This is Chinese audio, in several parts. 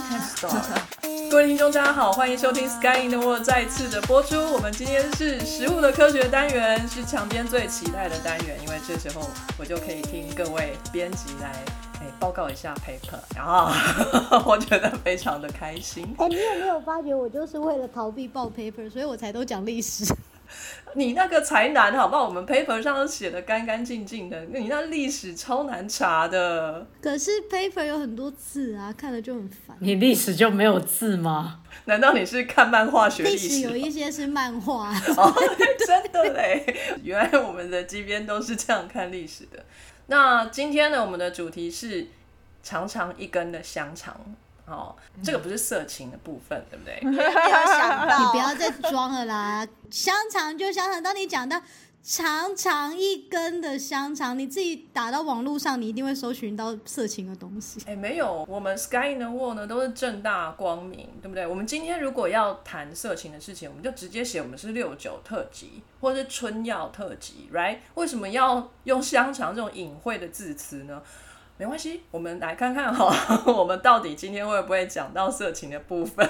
各位听众大家好，欢迎收听 Sky in the World 再次的播出。我们今天是食物的科学单元，是墙边最期待的单元，因为这时候我就可以听各位编辑来报告一下 paper， 然后我觉得非常的开心。 你有没有发觉我就是为了逃避报 paper， 所以我才都讲历史。 你那个才难好不好？我们 paper 上都写得干干净净的，你那历史超难查的。 可是 paper 有很多字啊，看了就很烦。 你历史就没有字吗？ 难道你是看漫画学历史？ 历史有一些是漫画。 哦，真的嘞！原来我们的机编都是这样看历史的。那今天呢，我们的主题是长长一根的香肠。哦，这个不是色情的部分，对不对？ 没有想到，你不要再装了啦！香肠就香肠，当你讲到长长一根的香肠，你自己打到网络上，你一定会搜寻到色情的东西。 没有，我们 Sky in the World 呢都是正大光明，对不对？我们今天如果要谈色情的事情，我们就直接写我们是69特辑，或是春药特辑 ，right？ 为什么要用香肠这种隐晦的字词呢？没关系，我们来看看我们到底今天会不会讲到色情的部分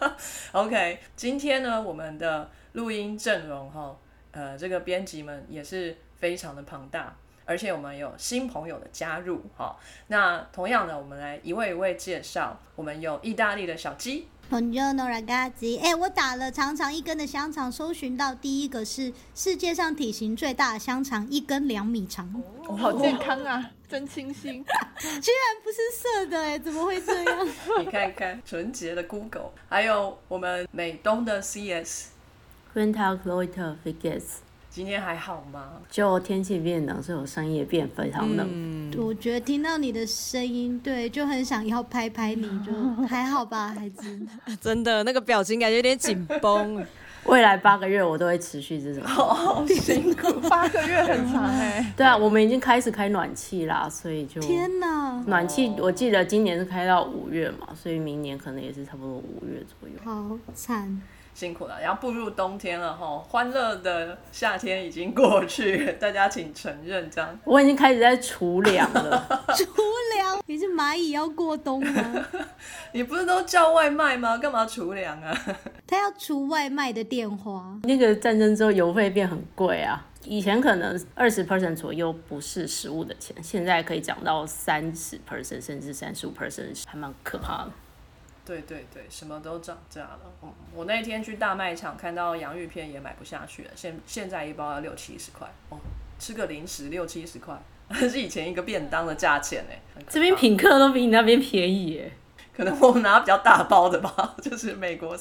OK， 今天呢，我们的录音阵容这个编辑们也是非常的庞大，而且我们有新朋友的加入那同样的，我们来一位一位介绍。我们有意大利的小鸡。 Buongiorno ragazzi， 我打了长长一根的香肠，搜寻到第一个是世界上体型最大的香肠，一根2米长。 好健康啊，真清新。 居然不是色的怎么会这样？ 你看看纯洁的 Google， 还有我们美东的 CS Quinta Cloiter Figes， 今天还好吗？ 就天气变冷，所以我声音也变非常冷。 我觉得听到你的声音，对，就很想要拍拍你，就还好吧，孩子。 真的，那个表情感觉有点紧绷。 未来8个月我都会持续这种。 好辛苦 ，8个月很长对啊，我们已经开始开暖气啦，所以就天哪， 暖气我记得今年是开到5月嘛，所以明年可能也是差不多5月左右。 好惨。 辛苦了，然后步入冬天了欢乐的夏天已经过去，大家请承认这样。 我已经开始在除凉了。 除凉？你是蚂蚁要过冬吗？ 你不是都叫外卖吗？干嘛除凉啊？ 他要除外卖的电话。 那个战争之后邮费变很贵啊，以前可能20% 左右不是食物的钱，现在可以涨到30% 甚至35%，还蛮可怕的。 对对对，什么都涨价了。我那天去大卖场看到洋芋片也买不下去了，现在一包要60-70块吃个零食60-70块，那是以前一个便当的价钱这边品客都比你那边便宜耶。 可能我们拿比较大包的吧，就是美国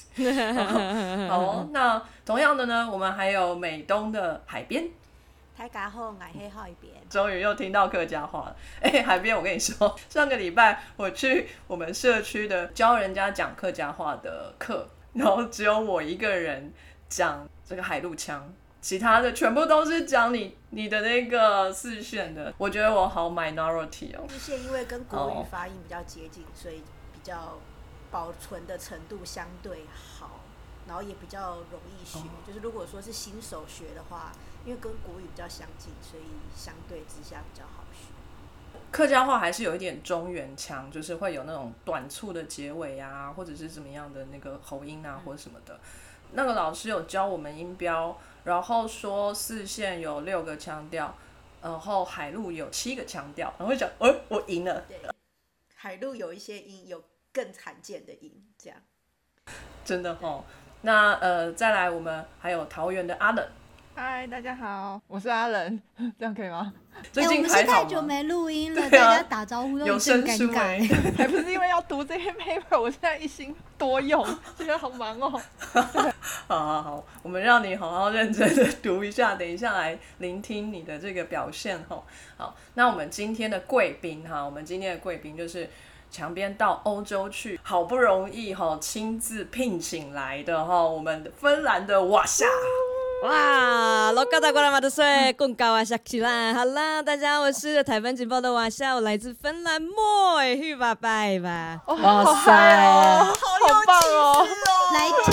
size 好那同样的呢，我们还有美东的海边。 大家好，我是海边。 终于又听到客家话了。海边，我跟你说，上个礼拜我去我们社区的教人家讲客家话的课，然后只有我一个人讲这个海陆腔，其他的全部都是讲你的那个四线的。我觉得我好 minority 四线因为跟国语发音比较接近，所以比较保存的程度相对好，然后也比较容易学。就是如果说是新手学的话，因为跟国语比较相近，所以相对之下比较好学。 客家话还是有一点中原腔，就是会有那种短促的结尾啊，或者是怎么样的那个喉音啊，或者什么的。那个老师有教我们音标，然后说四线有6个腔调，然后海陆有7个腔调，然后就讲，我赢了。 对，海陆有一些音有更罕见的音，这样。 真的那再来我们还有桃园的阿冷。 嗨，大家好，我是阿冷，这样可以吗？ 最近我们是太久没录音了，大家打招呼都有点尴尬。 还不是因为要读这些 paper， 我现在一心多用，觉得好忙好，我们让你好好认真的读一下，等一下来聆听你的这个表现好，那我们今天的贵宾就是墙边到欧洲去，好不容易亲自聘请来的我们芬兰的瓦夏。 哇，罗嘎达过来马德水，贡高啊，下起来，好啦，大家好，我是台湾警报的瓦夏，我来自芬兰莫去吧，拜吧。 哇塞， 好棒哦！ 来踢馆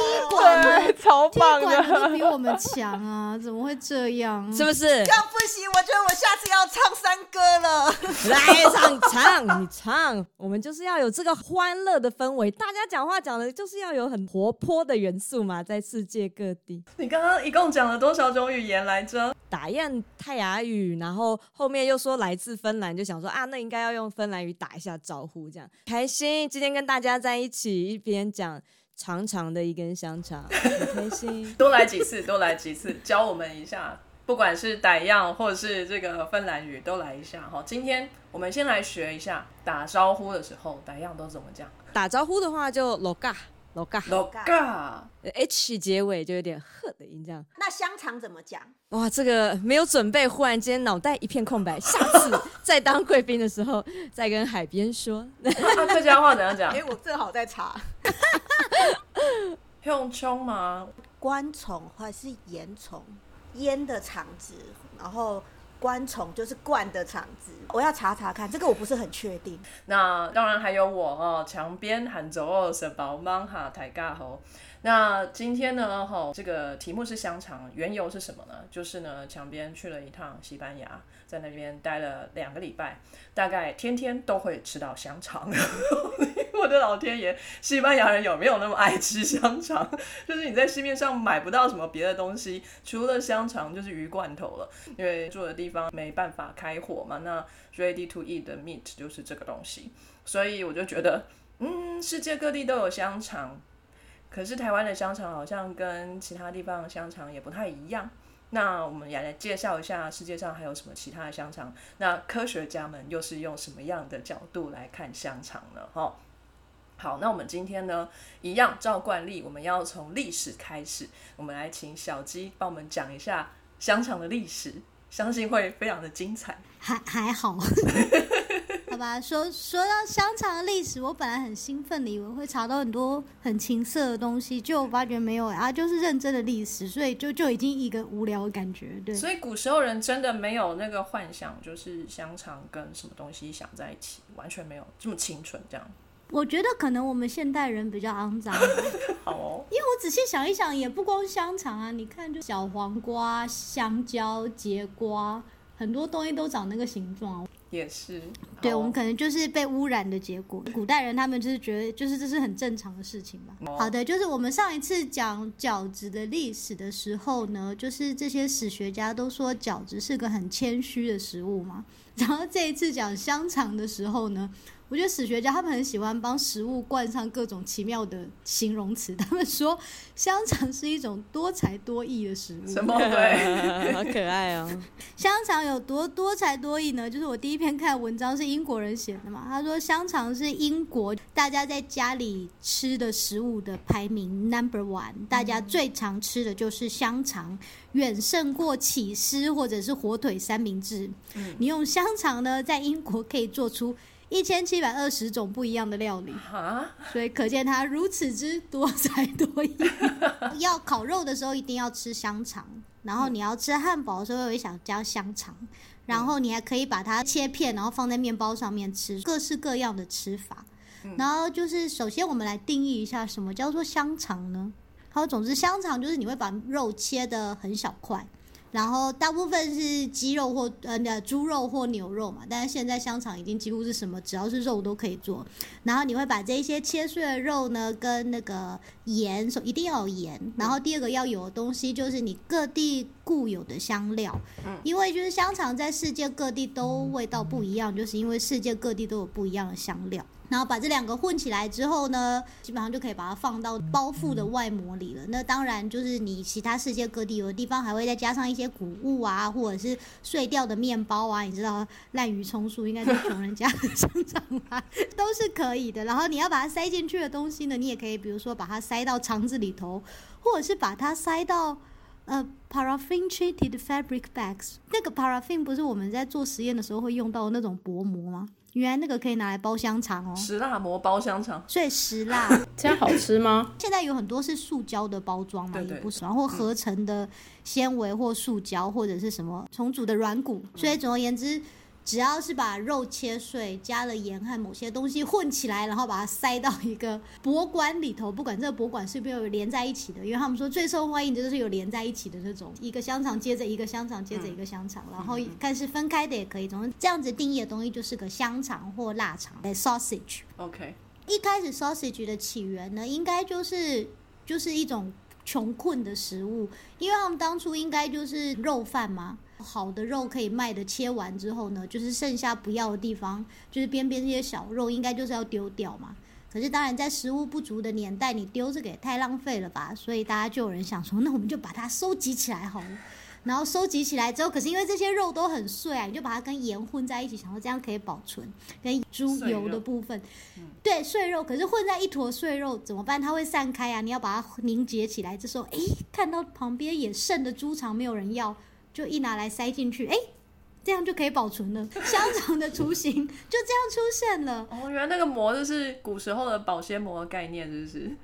对，超踢棒馆的都的。 比我们强啊，怎么会这样？ 是不是？ 这样不行，我觉得我下次要唱山歌了。 来唱，你唱，我们就是要有这个欢乐的氛围。大家讲话讲的就是要有很活泼的元素嘛，在世界各地。 你刚刚一共讲了多少种语言来着？ 打雁泰雅语，然后后面又说来自芬兰，就想说啊，那应该要用芬兰语打一下招呼，这样开心。今天跟大家在一起，一边讲长长的一根香肠，很开心。 多来几次，教我们一下，不管是傣样或者是这个芬兰语，都来一下哈。今天我们先来学一下打招呼的时候傣样都怎么讲。 打招呼的话就 loga。H 结尾就有点呵的音，这样。 那香肠怎么讲？ 哇，这个没有准备，忽然间脑袋一片空白。下次再当贵宾的时候，再跟海边说。 客家话怎样讲？ 我正好在查。 用葱吗？ 冠虫或者是烟虫，烟的肠子，然后冠虫就是冠的肠子。我要查查看，这个我不是很确定。 那当然还有我哦，墙边喊走哦，是宝芒哈台尬吼。那今天呢，这个题目是香肠，缘由是什么呢？就是呢，墙边去了一趟西班牙，在那边待了2个礼拜，大概天天都会吃到香肠。我的老天爷，西班牙人有没有那么爱吃香肠？就是你在市面上买不到什么别的东西，除了香肠就是鱼罐头了，因为住的地方没办法开火嘛。那 ready to eat 的 meat 就是这个东西，所以我就觉得，世界各地都有香肠。可是台湾的香肠好像跟其他地方的香肠也不太一样。那我们也来介绍一下世界上还有什么其他的香肠。那科学家们又是用什么样的角度来看香肠呢？好，那我们今天呢，一样照惯例，我们要从历史开始。我们来请小鸡帮我们讲一下香肠的历史，相信会非常的精彩。 还好。好吧，说到香肠的历史，我本来很兴奋的，以为会查到很多很情色的东西，就我发觉没有就是认真的历史，所以就已经一个无聊的感觉。对， 所以古时候人真的没有那个幻想，就是香肠跟什么东西想在一起，完全没有这么清纯这样。 我觉得可能我们现代人比较肮脏。 好哦， 因为我仔细想一想，也不光香肠啊，你看就小黄瓜、香蕉、节瓜，很多东西都长那个形状。 也是， 对，我们可能就是被污染的结果。古代人他们就是觉得，就是这是很正常的事情吧。好的，就是我们上一次讲饺子的历史的时候呢，就是这些史学家都说饺子是个很谦虚的食物嘛。然后这一次讲香肠的时候呢，我觉得史学家他们很喜欢帮食物冠上各种奇妙的形容词。他们说香肠是一种多才多艺的食物。 什么对？ 好可爱哦！ 香肠有多才多艺呢？就是我第一篇看的文章是英国人写的嘛，他说香肠是英国大家在家里吃的食物的排名 No.1， 大家最常吃的就是香肠，远胜过起司或者是火腿三明治。你用香肠呢，在英国可以做出1720种不一样的料理，所以可见它如此之多才多艺。要烤肉的时候一定要吃香肠，然后你要吃汉堡的时候也想加香肠，然后你还可以把它切片，然后放在面包上面吃，各式各样的吃法。然后就是首先我们来定义一下什么叫做香肠呢？好，总之香肠就是你会把肉切得很小块，然后大部分是鸡肉或猪肉或牛肉嘛，但是现在香肠已经几乎是什么只要是肉都可以做。然后你会把这些切碎的肉呢，跟那个盐，一定要有盐。然后第二个要有的东西就是你各地固有的香料，因为就是香肠在世界各地都味道不一样，就是因为世界各地都有不一样的香料。然后把这两个混起来之后呢，基本上就可以把它放到包覆的外膜里了。那当然就是你其他世界各地有的地方还会再加上一些谷物啊，或者是碎掉的面包啊，你知道滥竽充数应该是穷人家的香肠吧，都是可以的。然后你要把它塞进去的东西呢，你也可以比如说把它塞到肠子里头，或者是把它塞到paraffin treated fabric bags。 那个 paraffin 不是我们在做实验的时候会用到的那种薄膜吗？原来那个可以拿来包香肠哦， 石蜡膜包香肠， 所以石蜡这样好吃吗？ 现在有很多是塑胶的包装嘛， 对对也不少，或合成的纤维或塑胶，或者是什么重组的软骨。所以总而言之， 只要是把肉切碎，加了盐和某些东西混起来，然后把它塞到一个博管里头，不管这个博管是不是有连在一起的，因为他们说最受欢迎的就是有连在一起的那种，一个香肠接着一个香肠接着一个香肠，然后看是分开的也可以，总之这样子定义的东西就是个香肠或腊肠 sausage。 OK， 一开始 sausage 的起源呢，应该就是一种穷困的食物，因为他们当初应该就是肉贩嘛，好的肉可以卖的，切完之后呢，就是剩下不要的地方，就是边边这些小肉，应该就是要丢掉嘛。可是当然在食物不足的年代，你丢这个也太浪费了吧，所以大家就有人想说，那我们就把它收集起来好了。然后收集起来之后，可是因为这些肉都很碎啊，你就把它跟盐混在一起，想说这样可以保存，跟猪油的部分，对，碎肉，可是混在一坨碎肉怎么办？它会散开啊，你要把它凝结起来。这时候，看到旁边也剩的猪肠没有人要，就一拿来塞进去，这样就可以保存了。香肠的雏形就这样出现了。 哦，原来那个膜就是古时候的保鲜膜的概念，是不是？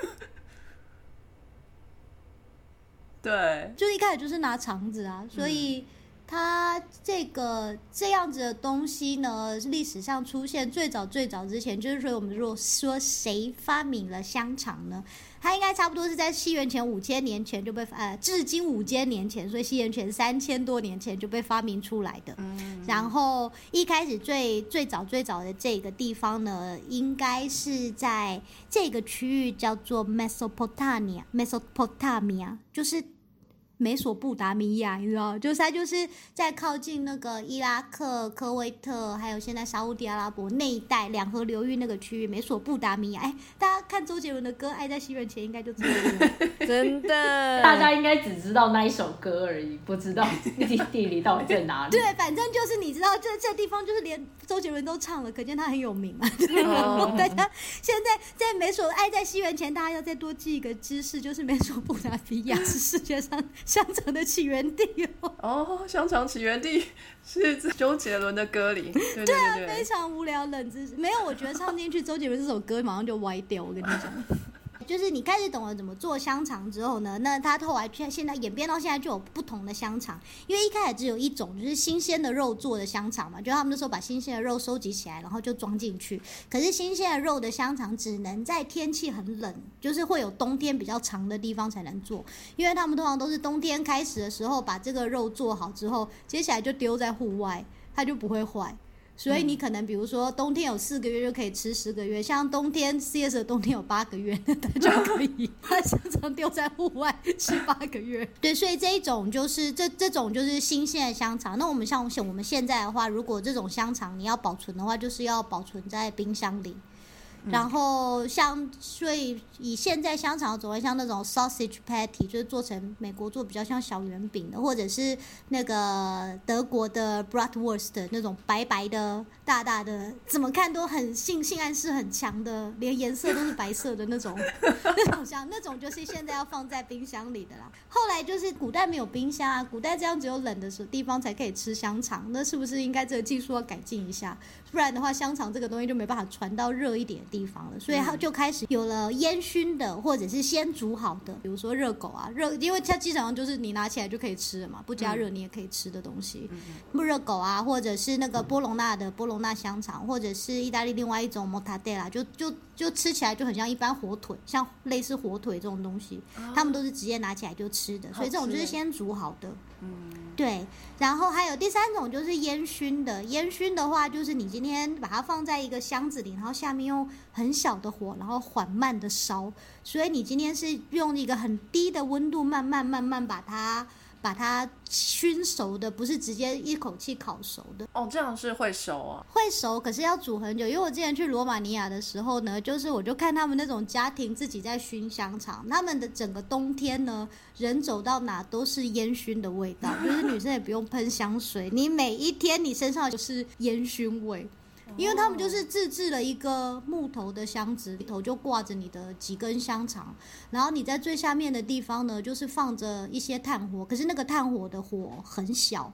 对， 就一开始就是拿肠子啊，所以它这样子的东西呢，历史上出现最早之前，就是说我们如果说谁发明了香肠呢，它应该差不多是在西元前5000年前就被至今5000年前，所以西元前3000多年前就被发明出来的。然后一开始最早的这个地方呢，应该是在这个区域叫做 Mesopotamia， 就是美索不达米亚，你知道，就是它就是在靠近那个伊拉克、科威特，还有现在沙烏地阿拉伯那一带两河流域那个区域，美索不达米亚。大家看周杰伦的歌《爱在西元前》应该就知道了， 真的， 大家应该只知道那一首歌而已，不知道地理到底在哪里。 对，反正就是你知道，这地方就是连周杰伦都唱了，可见他很有名嘛。大家现在在爱在西元前，大家要再多记一个知识，就是美索不达米亚是世界上香肠的起源地哦。 哦，香肠起源地是周杰伦的歌里，对对啊，非常无聊冷知识。没有，我觉得唱进去周杰伦这首歌马上就歪掉。我跟你讲。就是你开始懂了怎么做香肠之后呢，那它后来现在演变到现在就有不同的香肠，因为一开始只有一种就是新鲜的肉做的香肠嘛，就他们那时候把新鲜的肉收集起来，然后就装进去。可是新鲜的肉的香肠只能在天气很冷，就是会有冬天比较长的地方才能做，因为他们通常都是冬天开始的时候把这个肉做好之后，接下来就丢在户外，它就不会坏。所以你可能比如说冬天有4个月就可以吃10个月，像冬天 CS 的冬天有8个月，那它就可以把香肠丢在户外吃8个月。对，所以这一种就是这种就是新鲜的香肠。那我们像我们现在的话，如果这种香肠你要保存的话，就是要保存在冰箱里。然后所以以现在香肠总会像那种 sausage patty， 就是做成美国做比较像小圆饼的，或者是那个德国的 bratwurst 那种白白的大大的，怎么看都很性暗示很强的，连颜色都是白色的那种那种就是现在要放在冰箱里的啦。后来就是古代没有冰箱啊，古代这样只有冷的地方才可以吃香肠，那是不是应该这个技术要改进一下？不然的话香肠这个东西就没办法传到热一点的地方了，所以它就开始有了烟熏的或者是先煮好的，比如说热狗啊，因为它基本上就是你拿起来就可以吃了嘛，不加热你也可以吃的东西。热狗啊，或者是那个波隆纳香肠，或者是意大利另外一种 mortadella， 就吃起来就很像一般火腿，像类似火腿这种东西，他们都是直接拿起来就吃的，所以这种就是先煮好的。对，然后还有第3种就是烟熏的。烟熏的话，就是你今天把它放在一个箱子里，然后下面用很小的火，然后缓慢的烧，所以你今天是用一个很低的温度，慢慢把它熏熟的，不是直接一口气烤熟的。 哦，这样是会熟啊？ 会熟，可是要煮很久。因为我之前去罗马尼亚的时候呢，我就看他们那种家庭自己在熏香肠，他们的整个冬天呢，人走到哪都是烟熏的味道，就是女生也不用喷香水，你每一天你身上就是烟熏味。因为他们就是自制了一个木头的箱子，里头就挂着你的几根香肠，然后你在最下面的地方呢，就是放着一些炭火，可是那个炭火的火很小，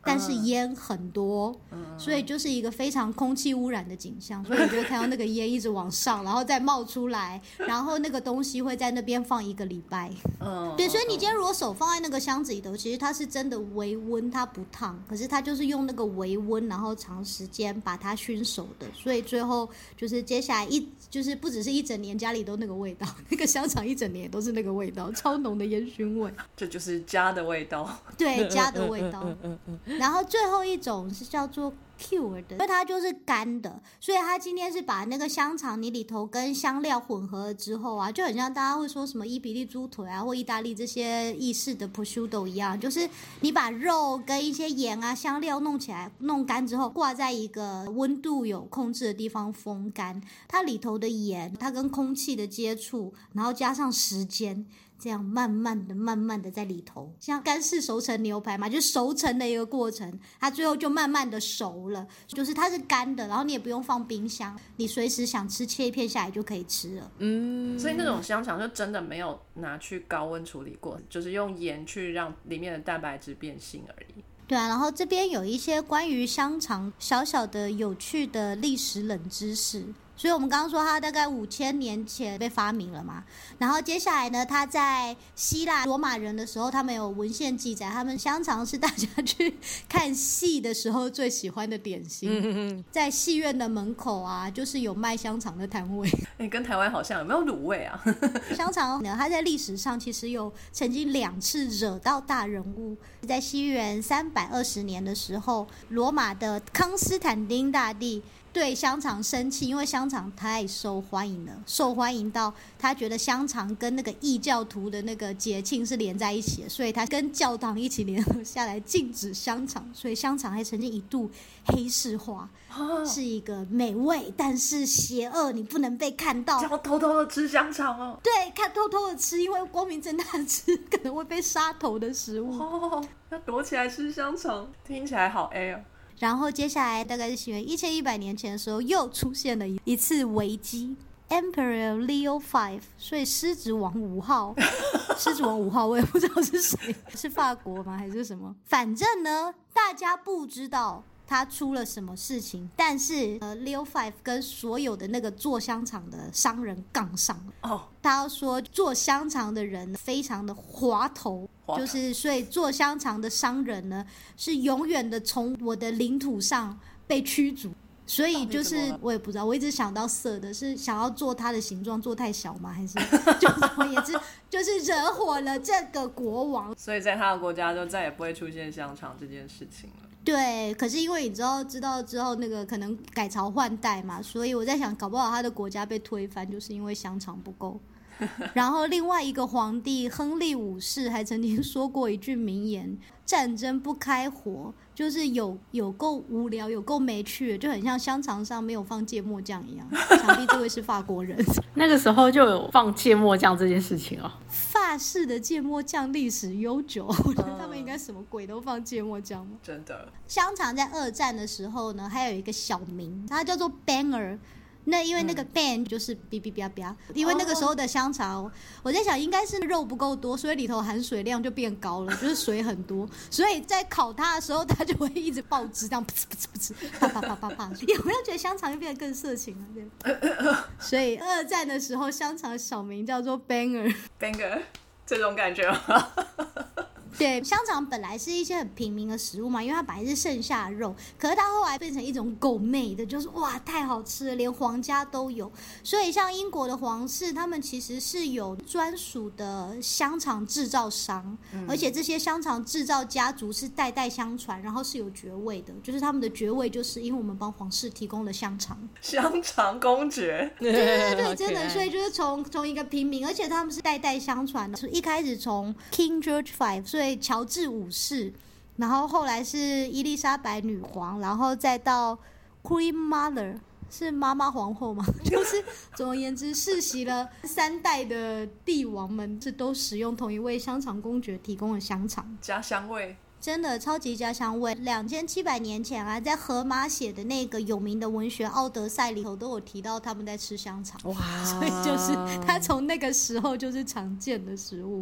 但是烟很多，所以就是一个非常空气污染的景象，所以你就会看到那个烟一直往上，然后再冒出来，然后那个东西会在那边放1个礼拜。对，所以你今天如果手放在那个箱子里头，其实它是真的微温，它不烫，可是它就是用那个微温，然后长时间把它熏熟的，所以最后就是接下来就是不只是一整年家里都那个味道，那个香肠一整年都是那个味道，超浓的烟熏味， 这就是家的味道。 对，家的味道。然后最后一种是叫做 cured 的，因为它就是干的，所以它今天是把那个香肠你里头跟香料混合了之后啊，就很像大家会说什么伊比利猪腿啊或意大利这些意式的 prosciutto 一样，就是你把肉跟一些盐啊香料弄起来弄干之后，挂在一个温度有控制的地方风干，它里头的盐它跟空气的接触，然后加上时间，这样慢慢的在里头，像干式熟成牛排嘛，就是熟成的一个过程，它最后就慢慢的熟了，就是它是干的，然后你也不用放冰箱，你随时想吃切一片下来就可以吃了。 所以那种香肠就真的没有拿去高温处理过，就是用盐去让里面的蛋白质变性而已。 对啊，然后这边有一些关于香肠小小的有趣的历史冷知识。所以我们刚刚说它大概5000年前被发明了嘛，然后接下来呢，它在希腊罗马人的时候，他们有文献记载，他们香肠是大家去看戏的时候最喜欢的点心。在戏院的门口啊，就是有卖香肠的摊位。 跟台湾好像，有没有卤味啊？ 香肠呢，它在历史上其实有曾经2次惹到大人物。在西元320年的时候，罗马的康斯坦丁大帝对香肠生气，因为香肠太受欢迎了，受欢迎到他觉得香肠跟那个异教徒的那个节庆是连在一起的，所以他跟教堂一起联合下来禁止香肠，所以香肠还曾经一度黑市化，是一个美味但是邪恶，你不能被看到， 要偷偷的吃香肠哦。 对，看偷偷的吃，因为光明正大的吃可能会被杀头的食物。 要躲起来吃香肠，听起来好 A 哦。 然后接下来大概是西元1100年前的时候，又出现了一次危机 ，Emperor Leo V， 所以狮子王5号，狮子王5号我也不知道是谁，是法国吗还是什么？反正呢，大家不知道他出了什么事情，但是Leo V跟所有的那个做香肠的商人杠上了。他说做香肠的人非常的滑头，就是所以做香肠的商人呢是永远的从我的领土上被驱逐。所以就是我也不知道，我一直想到色的是想要做它的形状做太小吗？还是就是惹火了这个国王， 所以在他的国家就再也不会出现香肠这件事情了。 对，可是因为你知道之后那个可能改朝换代嘛，所以我在想搞不好他的国家被推翻就是因为香肠不够。然后另外一个皇帝亨利5世还曾经说过一句名言，战争不开火就是有够无聊有够没趣的，就很像香肠上没有放芥末酱一样。想必这位是法国人。 那个时候就有放芥末酱这件事情哦。 法式的芥末酱历史悠久，我觉得他们应该什么鬼都放芥末酱吗？ 真的。香肠在2战的时候呢，还有一个小名，它叫做 Banger。那因为那个 bang 就是哔哔哔哔，因为那个时候的香肠，我在想应该是肉不够多，所以里头含水量就变高了，就是水很多，所以在烤它的时候，它就会一直爆汁，这样噗呲噗呲噗呲，啪啪啪啪啪。有没有觉得香肠就变得更色情了？所以2战的时候，香肠小名叫做 banger， 这种感觉吗？ 对，香肠本来是一些很平民的食物嘛，因为它本来是剩下的肉，可是它后来变成一种狗妹的，就是哇太好吃了，连皇家都有。所以像英国的皇室，他们其实是有专属的香肠制造商，而且这些香肠制造家族是代代相传，然后是有爵位的，就是他们的爵位就是因为我们帮皇室提供了香肠， 香肠公爵。 对对对，真的，所以就是从一个平民，而且他们是代代相传的，一开始从 King George V， 所以乔治5世，然后后来是伊丽莎白女皇，然后再到 Queen Mother， 是妈妈皇后嘛？就是总而言之，世袭了3代的帝王们是都使用同一位香肠公爵提供的香肠， 加香味。 真的超级家乡味。2700年前啊，在荷马写的那个有名的文学《奥德赛》里头都有提到他们在吃香肠，哇！所以就是它从那个时候就是常见的食物了。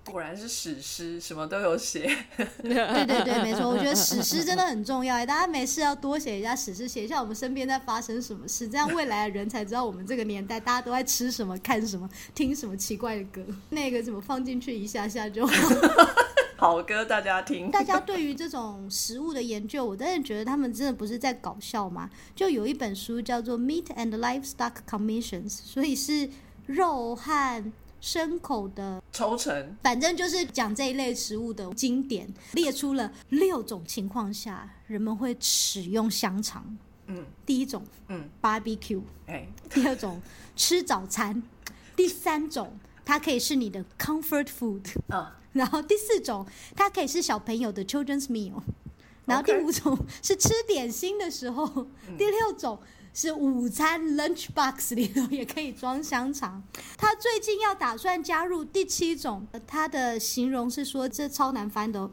果然是史诗，什么都有写。 对对对，没错，我觉得史诗真的很重要，大家没事要多写一下史诗，写一下我们身边在发生什么事，这样未来的人才知道我们这个年代大家都在吃什么、看什么、听什么奇怪的歌，那个怎么放进去一下下就好。 好歌大家听。 大家对于这种食物的研究，我真的觉得他们真的不是在搞笑嘛。就有一本书叫做《Meat and Livestock Commissions》，所以是肉和牲口的抽成， 反正就是讲这一类食物的经典，列出了6种情况下人们会使用香肠。第一种，barbecue，第二种吃早餐，第3种它可以是你的 comfort food，然后第4种它可以是小朋友的 children's meal， 然后第5种是吃点心的时候，第6种是午餐 lunch box 里头也可以装香肠。他最近要打算加入第7种，他的形容是说这超难翻的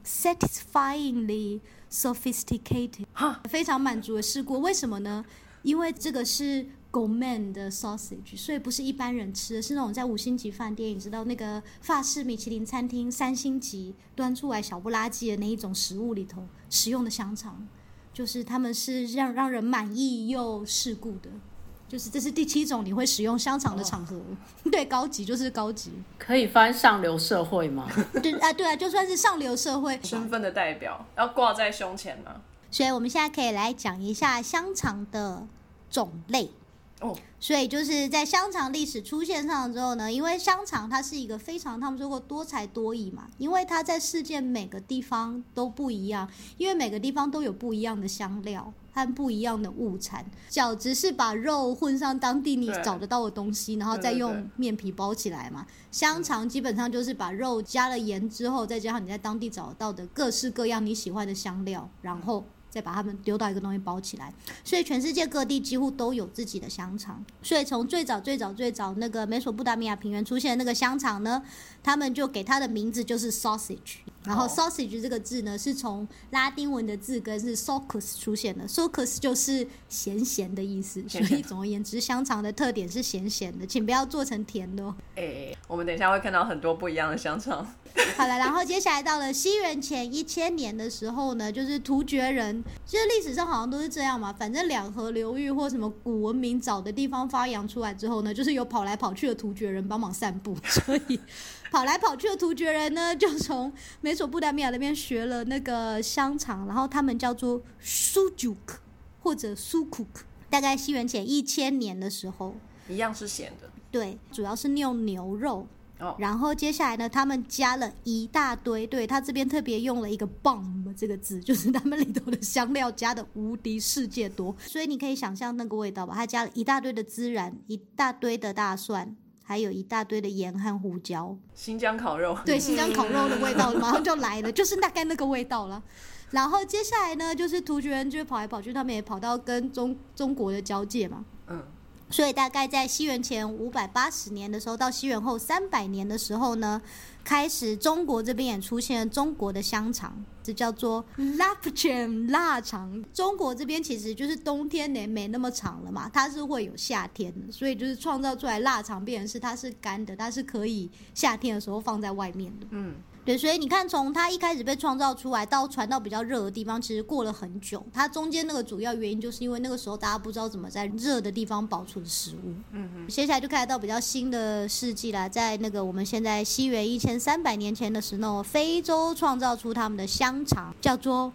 ，satisfyingly sophisticated， 非常满足的试过。为什么呢？因为这个是gourmet 的 sausage， 所以不是一般人吃的，是那种在5星级饭店，你知道那个法式米其林餐厅3星级端出来小不拉几的那一种食物里头使用的香肠，就是他们是让人满意又世故的，就是这是第7种你会使用香肠的场合。对，高级就是高级， 可以翻上流社会吗？ 对啊，对啊，就算是上流社会身份的代表要挂在胸前吗？ 所以我们现在可以来讲一下香肠的种类。所以就是在香肠历史出现上之后呢，因为香肠它是一个非常他们说过多才多艺嘛，因为它在世界每个地方都不一样，因为每个地方都有不一样的香料和不一样的物产。饺子是把肉混上当地你找得到的东西，然后再用面皮包起来嘛。香肠基本上就是把肉加了盐之后，再加上你在当地找得到的各式各样你喜欢的香料，然后再把它们丢到一个东西包起来，所以全世界各地几乎都有自己的香肠。所以从最早那个美索不达米亚平原出现的那个香肠呢，他们就给它的名字就是 sausage。然后 sausage 这个字呢，是从拉丁文的字根是 saucus 出现的， saucus 就是咸咸的意思。所以总而言之，香肠的特点是咸咸的，请不要做成甜的哦。 我们等一下会看到很多不一样的香肠。 好了，然后接下来到了西元前1000年的时候呢，就是突厥人，其实历史上好像都是这样嘛，反正两河流域或什么古文明早的地方发扬出来之后呢，就是有跑来跑去的突厥人帮忙散步，所以跑来跑去的突厥人呢，就从美索不达米亚那边学了那个香肠，然后他们叫做 sujuk 或者 sukuk， 大概西元前1000年的时候， 一样是咸的， 对，主要是用牛肉。然后接下来呢，他们加了一大堆，对，他这边特别用了一个 bomb 这个字，就是他们里头的香料加的无敌世界多，所以你可以想象那个味道吧，他加了一大堆的孜然，一大堆的大蒜，还有一大堆的盐和胡椒。 新疆烤肉， 对，新疆烤肉的味道马上就来了，就是大概那个味道了。然后接下来呢，就是突厥人就跑来跑去，他们也跑到跟中国的交界嘛，所以大概在西元前580年的时候到西元后300年的时候呢，开始中国这边也出现了中国的香肠，这叫做 lapchan 腊肠。中国这边其实就是冬天没那么长了嘛，它是会有夏天的，所以就是创造出来腊肠变成是它是干的，它是可以夏天的时候放在外面的。对，所以你看，从它一开始被创造出来到传到比较热的地方，其实过了很久。它中间那个主要原因就是因为那个时候大家不知道怎么在热的地方保存食物。接下来就开始到比较新的世纪啦，在那个我们现在西元1300年前的时候，非洲创造出他们的香肠，叫做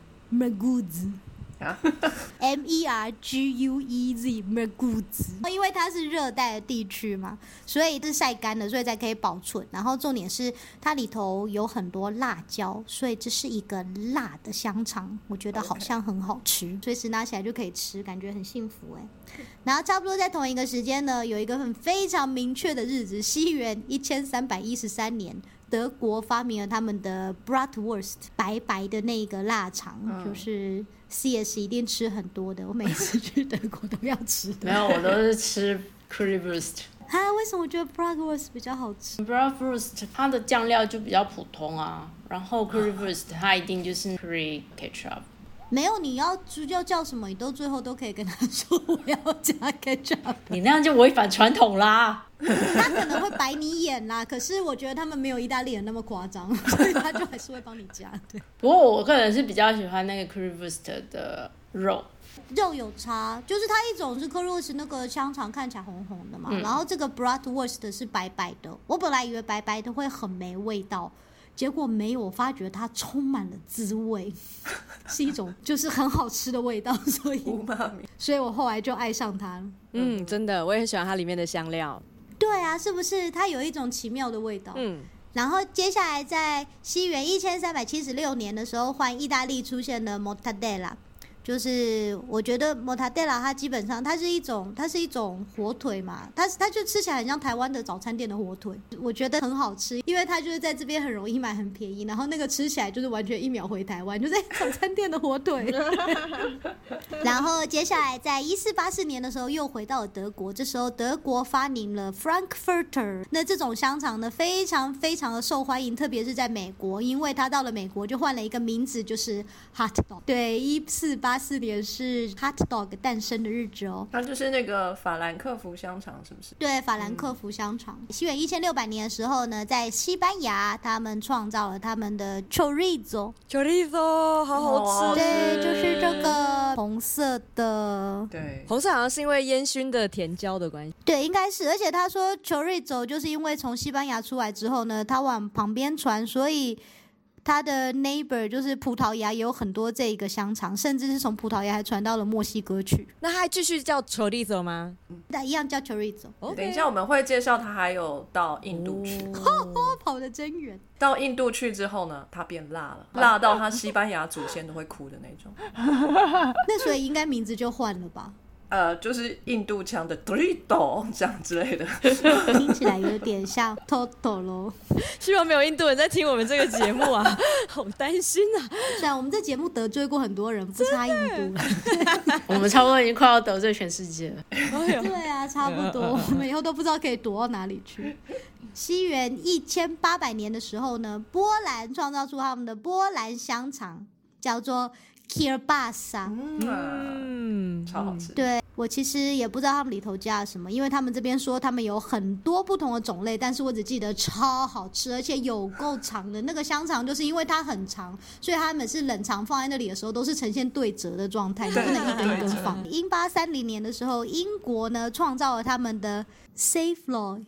merguez。merguez merguez， 因为它是热带的地区嘛，所以是晒干的，所以才可以保存。然后重点是它里头有很多辣椒，所以这是一个辣的香肠，我觉得好像很好吃，随时拿起来就可以吃，感觉很幸福哎。然后差不多在同一个时间呢，有一个非常明确的日子，西元1313年。德国发明了他们的 bratwurst 白白的那个腊肠，就是 CS 一定吃很多的，我每次去德国都要吃的。 没有，我都是吃 currywurst。 为什么我觉得 bratwurst 比较好吃？ bratwurst 它的酱料就比较普通啊，然后 currywurst 它一定就是 curry ketchup。 没有，你要叫什么，你都最后都可以跟他说我要加 ketchup。 你那样就违反传统啦。 他可能会白你眼啦，可是我觉得他们没有意大利人那么夸张，所以他就还是会帮你加。对， 不过我个人是比较喜欢那个 currywurst 的肉。 肉有差，就是它一种是 currywurst 那个香肠看起来红红的嘛，然后这个 bratwurst 是白白的。我本来以为白白的会很没味道，结果没有，我发觉它充满了滋味，是一种就是很好吃的味道，所以我后来就爱上它了。 真的，我也很喜欢它里面的香料。 对啊，是不是？它有一种奇妙的味道。然后接下来在西元1376年的时候，换意大利出现了 mortadella。就是我觉得 mortadella 它基本上它是一种火腿嘛，它就吃起来很像台湾的早餐店的火腿，我觉得很好吃，因为它就是在这边很容易买，很便宜，然后那个吃起来就是完全一秒回台湾，就是早餐店的火腿。然后接下来在1484年的时候又回到了德国，这时候德国发明了 Frankfurter， 那这种香肠呢非常非常的受欢迎，特别是在美国，因为它到了美国就换了一个名字，就是 hot dog。对，1484年是 hot dog 诞生的日子哦。 它就是那个法兰克福香肠，是不是？ 对，法兰克福香肠。西元1600年的时候呢，在西班牙他们创造了他们的 chorizo， 好好吃。 对，就是这个红色的。 对， 红色好像是因为烟熏的甜椒的关系。 对，应该是。而且他说 chorizo 就是因为从西班牙出来之后呢，他往旁边传，所以他的 neighbor 就是葡萄牙也有很多这个香肠，甚至是从葡萄牙还传到了墨西哥去。 那它还继续叫 chorizo 吗？ 那一样叫 chorizo。 等一下我们会介绍它还有到印度去。 跑得真远。 到印度去之后呢，它变辣了，辣到它西班牙祖先都会哭的那种。 那所以应该名字就换了吧？ 就是印度腔的 Dorito 这样之类的， 听起来有点像 Toto 咯。 希望没有印度人在听我们这个节目啊，好担心啊！ 是啊，我们这节目得罪过很多人，不差印度。 我们差不多已经快要得罪全世界了。 对啊，差不多，我们以后都不知道可以躲到哪里去。西元1800年的时候呢，波兰创造出他们的波兰香肠，叫做 Kielbasa。 超好吃。 对，我其实也不知道他们里头加了什么，因为他们这边说他们有很多不同的种类，但是我只记得超好吃，而且有够长的。那个香肠就是因为它很长，所以他们是冷藏放在那里的时候都是呈现对折的状态，你不能一根一根放。1830年的时候，英国呢创造了他们的 Savoy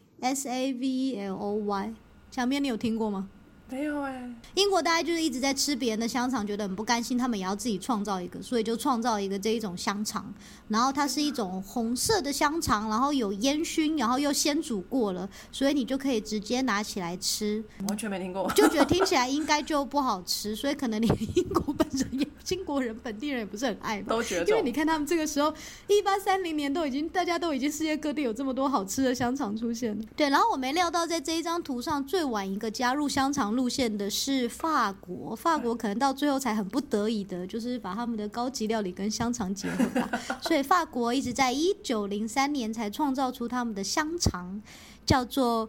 SAVLOY， 墙边你有听过吗？ 没有英国大概就是一直在吃别人的香肠，觉得很不甘心，他们也要自己创造一个，所以就创造一个这一种香肠。然后它是一种红色的香肠，然后有烟熏，然后又先煮过了，所以你就可以直接拿起来吃。 完全没听过， 就觉得听起来应该就不好吃，所以可能连英国本人本地人也不是很爱吧， 都觉得。 因为你看他们这个时候，1830年大家都已经世界各地有这么多好吃的香肠出现了。对，然后我没料到在这一张图上最晚一个加入香肠路线的是法国，法国可能到最后才很不得已的，就是把他们的高级料理跟香肠结合吧。所以法国一直在1903年才创造出他们的香肠，叫做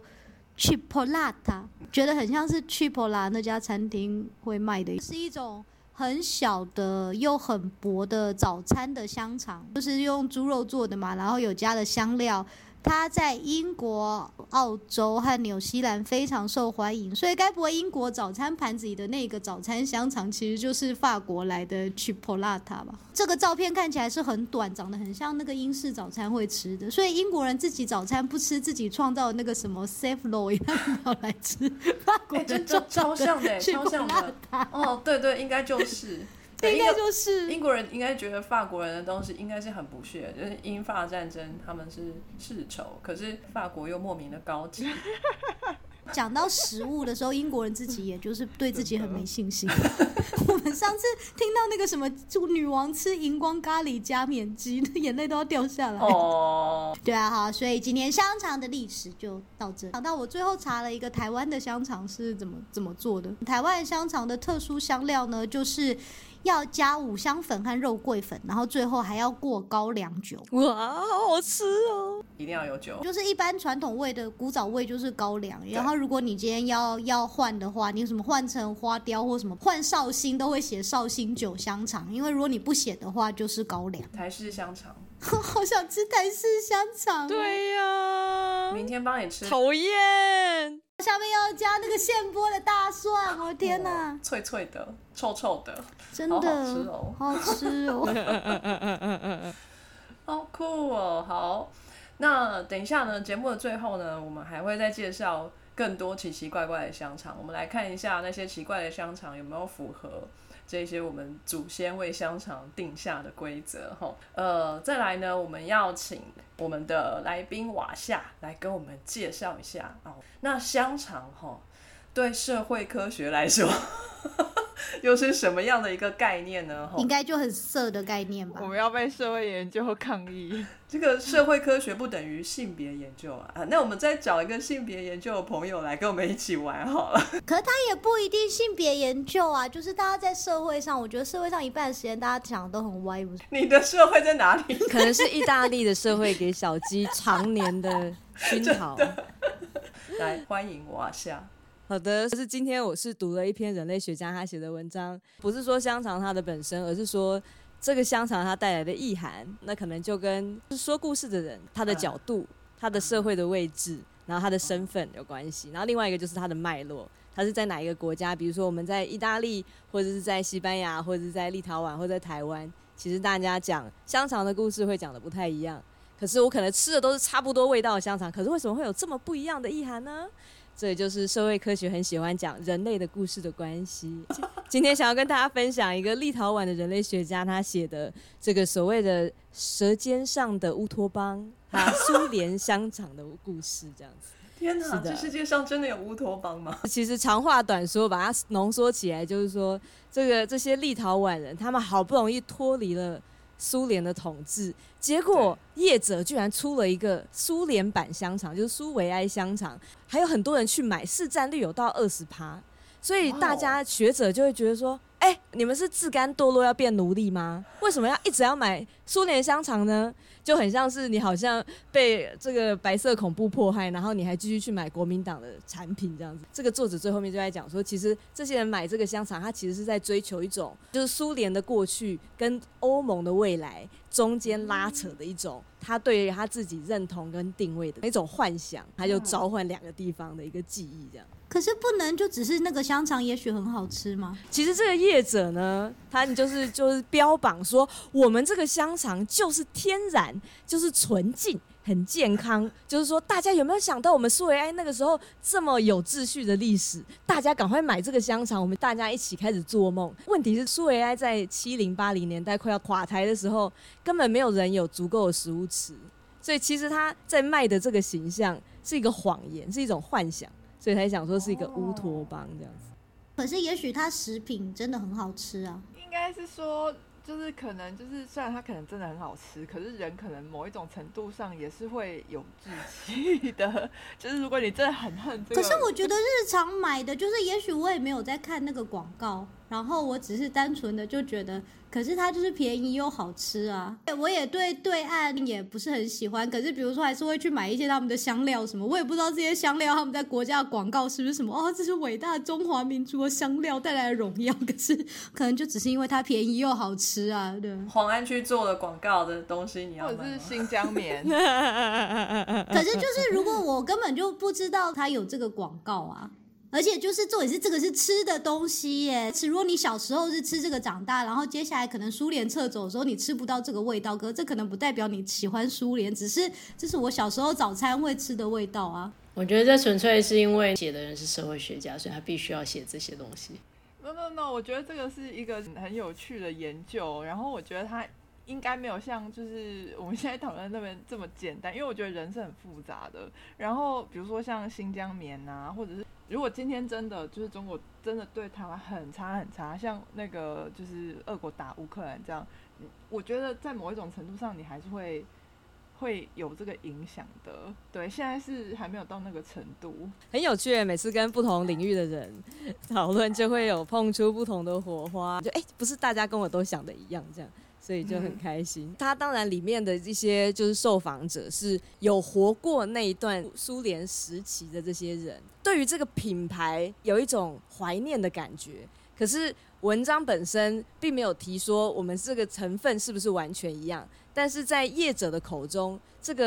Chipolata， 觉得很像是 Chipola 那家餐厅会卖的，是一种很小的又很薄的早餐的香肠，就是用猪肉做的嘛，然后有加了香料。它在英国、澳洲和纽西兰非常受欢迎，所以该不会英国早餐盘子里的那个早餐香肠其实就是法国来的 Chipolata 吧？这个照片看起来是很短，长得很像那个英式早餐会吃的，所以英国人自己早餐不吃自己创造的那个什么 Savoy， 他们要来吃法国人超像的，超像的。哦，对，应该就是。 应该就是英国人应该觉得法国人的东西应该是很不屑，就是英法战争他们是世仇，可是法国又莫名的高级。 讲到食物的时候，英国人自己也就是对自己很没信心。我们上次听到那个什么女王吃荧光咖喱加冕鸡，眼泪都要掉下来。哦，对啊，好，所以今天香肠的历史就到这。讲到我最后查了一个台湾的香肠是怎么做的。台湾香肠的特殊香料呢，就是要加五香粉和肉桂粉，然后最后还要过高粱酒。 哇，好好吃哦！ 一定要有酒， 就是一般传统味的古早味就是高粱，然后如果你今天要换的话，你有什么换成花雕或什么换绍兴，都会写绍兴酒香肠，因为如果你不写的话就是高粱。 台式香肠。 好想吃台式香肠。 对呀， 明天帮你吃。 讨厌。 下面要加那个现剥的大蒜，我的天哪， 脆脆的，臭臭的， 真的好好吃哦， 好好吃哦， 好酷哦。好，那等一下呢，节目的最后呢，我们还会再介绍更多奇奇怪怪的香肠，我们来看一下那些奇怪的香肠有没有符合这些我们祖先为香肠定下的规则。再来呢，我们要请我们的来宾瓦夏来跟我们介绍一下哦。那香肠对社会科学来说又是什么样的一个概念呢？ 应该就很色的概念吧。 我们要被社会研究抗议。 这个社会科学不等于性别研究啊，那我们再找一个性别研究的朋友来跟我们一起玩好了。 可是他也不一定性别研究啊，就是大家在社会上，我觉得社会上一半的时间大家讲的都很歪，不是？ 你的社会在哪里？ 可能是意大利的社会给小鸡常年的熏陶。 来，欢迎瓦夏。 好的，就是今天我是读了一篇人类学家他写的文章，不是说香肠它的本身，而是说这个香肠它带来的意涵，那可能就跟说故事的人他的角度、他的社会的位置，然后他的身份有关系。然后另外一个就是他的脉络，他是在哪一个国家，比如说我们在意大利，或者是在西班牙，或者是在立陶宛，或者在台湾，其实大家讲香肠的故事会讲的不太一样。可是我可能吃的都是差不多味道的香肠，可是为什么会有这么不一样的意涵呢？这也就是社会科学很喜欢讲人类的故事的关系。今天想要跟大家分享一个立陶宛的人类学家他写的这个所谓的舌尖上的乌托邦，他苏联香肠的故事，这样子。 天哪，这世界上真的有乌托邦吗？ 其实长话短说，把它浓缩起来，就是说这些立陶宛人，他们好不容易脱离了苏联的统治，结果业者居然出了一个苏联版香肠，就是苏维埃香肠，还有很多人去买，市占率有到20%，所以大家学者就会觉得说，你们是自甘堕落要变奴隶吗？为什么要一直要买苏联香肠呢？就很像是你好像被这个白色恐怖迫害，然后你还继续去买国民党的产品这样子。这个作者最后面就在讲说，其实这些人买这个香肠，他其实是在追求一种就是苏联的过去跟欧盟的未来中间拉扯的一种他对于他自己认同跟定位的一种幻想，他就召唤两个地方的一个记忆这样。 可是不能就只是那个香肠也许很好吃吗？ 其实这个业者呢，他就是标榜说我们这个香肠就是天然，就是纯净，很健康。就是说大家有没有想到我们苏维埃那个时候这么有秩序的历史，大家赶快买这个香肠，我们大家一起开始做梦。问题是苏维埃在70、80年代快要垮台的时候，根本没有人有足够的食物吃，所以其实他在卖的这个形象是一个谎言，是一种幻想，所以才想说是一个乌托邦这样子。 可是也许它食品真的很好吃啊。 应该是说，就是可能就是虽然它可能真的很好吃，可是人可能某一种程度上也是会有志气的。就是如果你真的很恨这个， 可是我觉得日常买的，就是也许我也没有在看那个广告，然后我只是单纯的就觉得，可是它就是便宜又好吃啊。我也对岸也不是很喜欢，可是比如说还是会去买一些他们的香料什么，我也不知道这些香料他们在国家的广告是不是什么这是伟大的中华民族的香料带来的荣耀，可是可能就只是因为它便宜又好吃啊。对， 黄安区做的广告的东西你要买吗？ 或者是新疆棉。 可是就是如果我根本就不知道它有这个广告啊。而且就是重点是这个是吃的东西耶，如果你小时候是吃这个长大，然后接下来可能苏联撤走的时候你吃不到这个味道，可是这可能不代表你喜欢苏联，只是这是我小时候早餐会吃的味道啊。 我觉得这纯粹是因为写的人是社会学家，所以他必须要写这些东西。 No， 我觉得这个是一个很有趣的研究，然后我觉得它应该没有像就是我们现在讨论那边这么简单，因为我觉得人是很复杂的。然后比如说像新疆棉啊，或者是如果今天真的就是中国真的对台湾很差很差，像那个就是俄国打乌克兰这样，我觉得在某一种程度上你还是会有这个影响的。对，现在是还没有到那个程度。 很有趣耶，每次跟不同领域的人讨论，就会有碰出不同的火花，就不是大家跟我都想的一样这样。所以就很开心。他当然里面的一些就是受访者是有活过那一段苏联时期的这些人，对于这个品牌有一种怀念的感觉。可是文章本身并没有提说我们这个成分是不是完全一样，但是在业者的口中，这个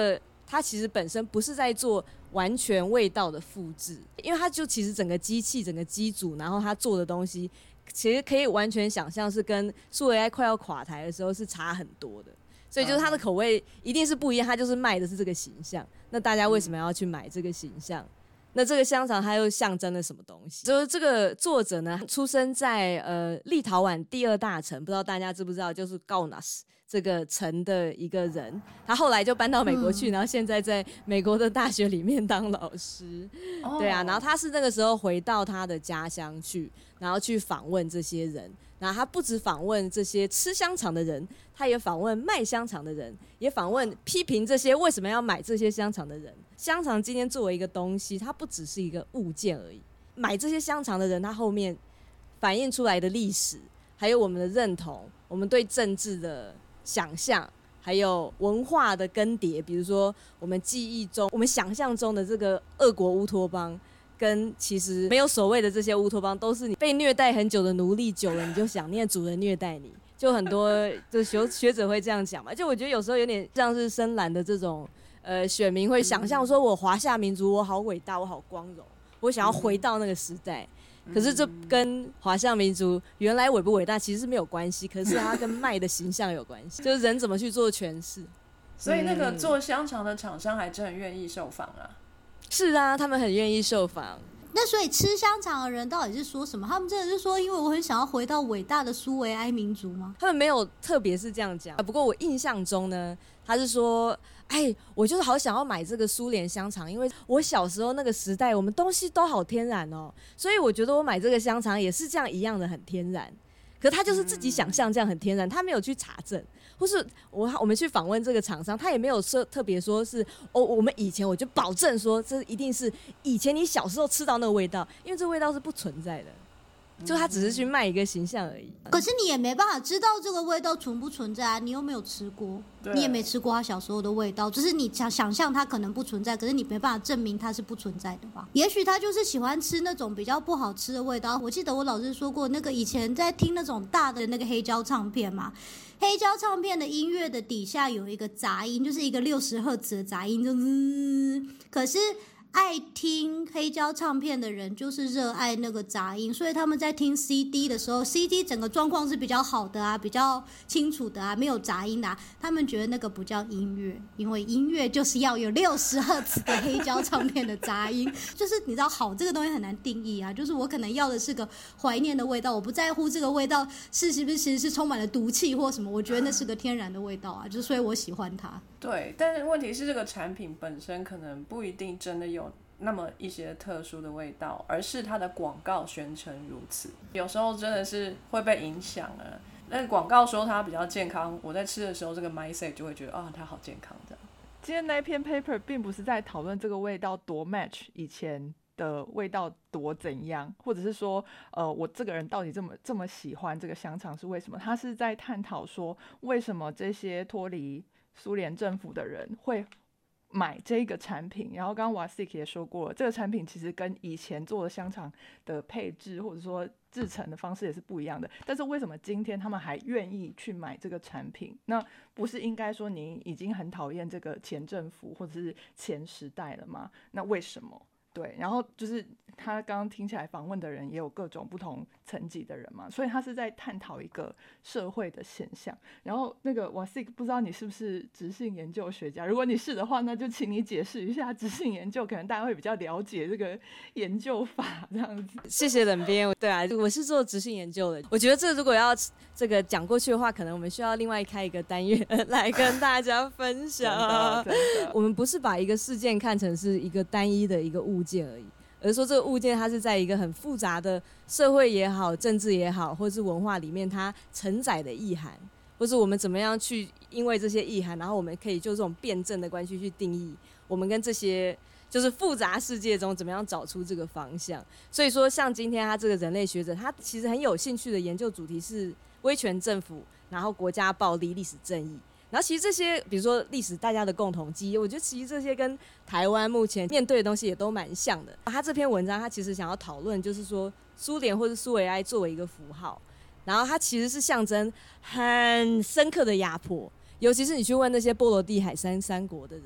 它其实本身不是在做完全味道的复制，因为它就其实整个机器、整个机组，然后它做的东西，其实可以完全想象是跟数位 AI 快要垮台的时候是差很多的。所以就是它的口味一定是不一样，它就是卖的是这个形象。那大家为什么要去买这个形象？那这个香肠它又象征了什么东西？就是这个作者呢，出生在立陶宛第2大城，不知道大家知不知道，就是 Kaunas 这个城的一个人。他后来就搬到美国去，然后现在在美国的大学里面当老师。对啊，然后他是那个时候回到他的家乡去，然后去访问这些人。然后他不只访问这些吃香肠的人，他也访问卖香肠的人，也访问批评这些为什么要买这些香肠的人。香肠今天作为一个东西，它不只是一个物件而已。买这些香肠的人，他后面反映出来的历史，还有我们的认同，我们对政治的想象，还有文化的更迭。比如说我们记忆中、我们想象中的这个俄国乌托邦，跟其实没有所谓的这些乌托邦，都是你被虐待很久的奴隶，久了你就想念主人虐待你。就很多就学者会这样讲嘛。就我觉得有时候有点像是深蓝的这种选民会想象说，我华夏民族我好伟大，我好光荣，我想要回到那个时代。可是这跟华夏民族原来伟不伟大其实是没有关系，可是它跟卖的形象有关系，就是人怎么去做诠释。 所以那个做香肠的厂商还真很愿意受访啊。 是啊，他们很愿意受访。 那所以吃香肠的人到底是说什么？他们真的是说因为我很想要回到伟大的苏维埃民族吗？ 他们没有特别是这样讲，不过我印象中呢，他是说我就是好想要买这个苏联香肠，因为我小时候那个时代我们东西都好天然哦，所以我觉得我买这个香肠也是这样一样的很天然。可他就是自己想象这样很天然，他没有去查证，或是我们去访问这个厂商，他也没有说特别说是我们以前我就保证说这一定是以前你小时候吃到那个味道，因为这味道是不存在的。就他只是去卖一个形象而已。 可是你也没办法知道这个味道存不存在啊，你又没有吃过，你也没吃过他小时候的味道，只是你想象它可能不存在，可是你没办法证明它是不存在的吧？也许他就是喜欢吃那种比较不好吃的味道。我记得我老师说过，那个以前在听那种大的那个黑胶唱片嘛，黑胶唱片的音乐的底下有一个杂音，就是一个60赫兹的杂音，可是爱听黑胶唱片的人就是热爱那个杂音，所以他们在听 CD 的时候， CD 整个状况是比较好的啊，比较清楚的啊，没有杂音的啊，他们觉得那个不叫音乐，因为音乐就是要有60赫兹的黑胶唱片的杂音。就是你知道好这个东西很难定义啊，就是我可能要的是个怀念的味道，我不在乎这个味道是不是其实是充满了毒气或什么，我觉得那是个天然的味道啊，就是所以我喜欢它。 对，但是问题是这个产品本身可能不一定真的有那么一些特殊的味道，而是它的广告宣称如此，有时候真的是会被影响了。那广告说它比较健康，我在吃的时候这个 mindset 就会觉得它好健康这样。 今天那篇 paper 并不是在讨论这个味道多 match 以前的味道多怎样，或者是说我这个人到底这么喜欢这个香肠是为什么，他是在探讨说为什么这些脱离苏联政府的人会买这个产品。然后刚刚 Wasik 也说过了，这个产品其实跟以前做的香肠的配置或者说制成的方式也是不一样的，但是为什么今天他们还愿意去买这个产品？那不是应该说你已经很讨厌这个前政府或者是前时代了吗？那为什么？对，然后就是他刚刚听起来访问的人也有各种不同层级的人嘛，所以他是在探讨一个社会的现象。然后那个 Wasik 不知道你是不是质性研究学家，如果你是的话，那就请你解释一下质性研究，可能大家会比较了解这个研究法这样子。 谢谢冷边。对啊，我是做质性研究的，我觉得这如果要这个讲过去的话，可能我们需要另外开一个单元来跟大家分享。 真的我们不是把一个事件看成是一个单一的一个物件而已，而是说这个物件它是在一个很复杂的社会也好、政治也好，或是文化里面它承载的意涵，或是我们怎么样去因为这些意涵，然后我们可以就这种辩证的关系去定义我们跟这些就是复杂世界中怎么样找出这个方向。所以说像今天他这个人类学者，他其实很有兴趣的研究主题是威权政府，然后国家暴力、历史正义。然后其实这些比如说历史大家的共同记忆，我觉得其实这些跟台湾目前面对的东西也都蛮像的。他这篇文章他其实想要讨论就是说苏联或是苏维埃作为一个符号，然后它其实是象征很深刻的压迫，尤其是你去问那些波罗的海三国的人，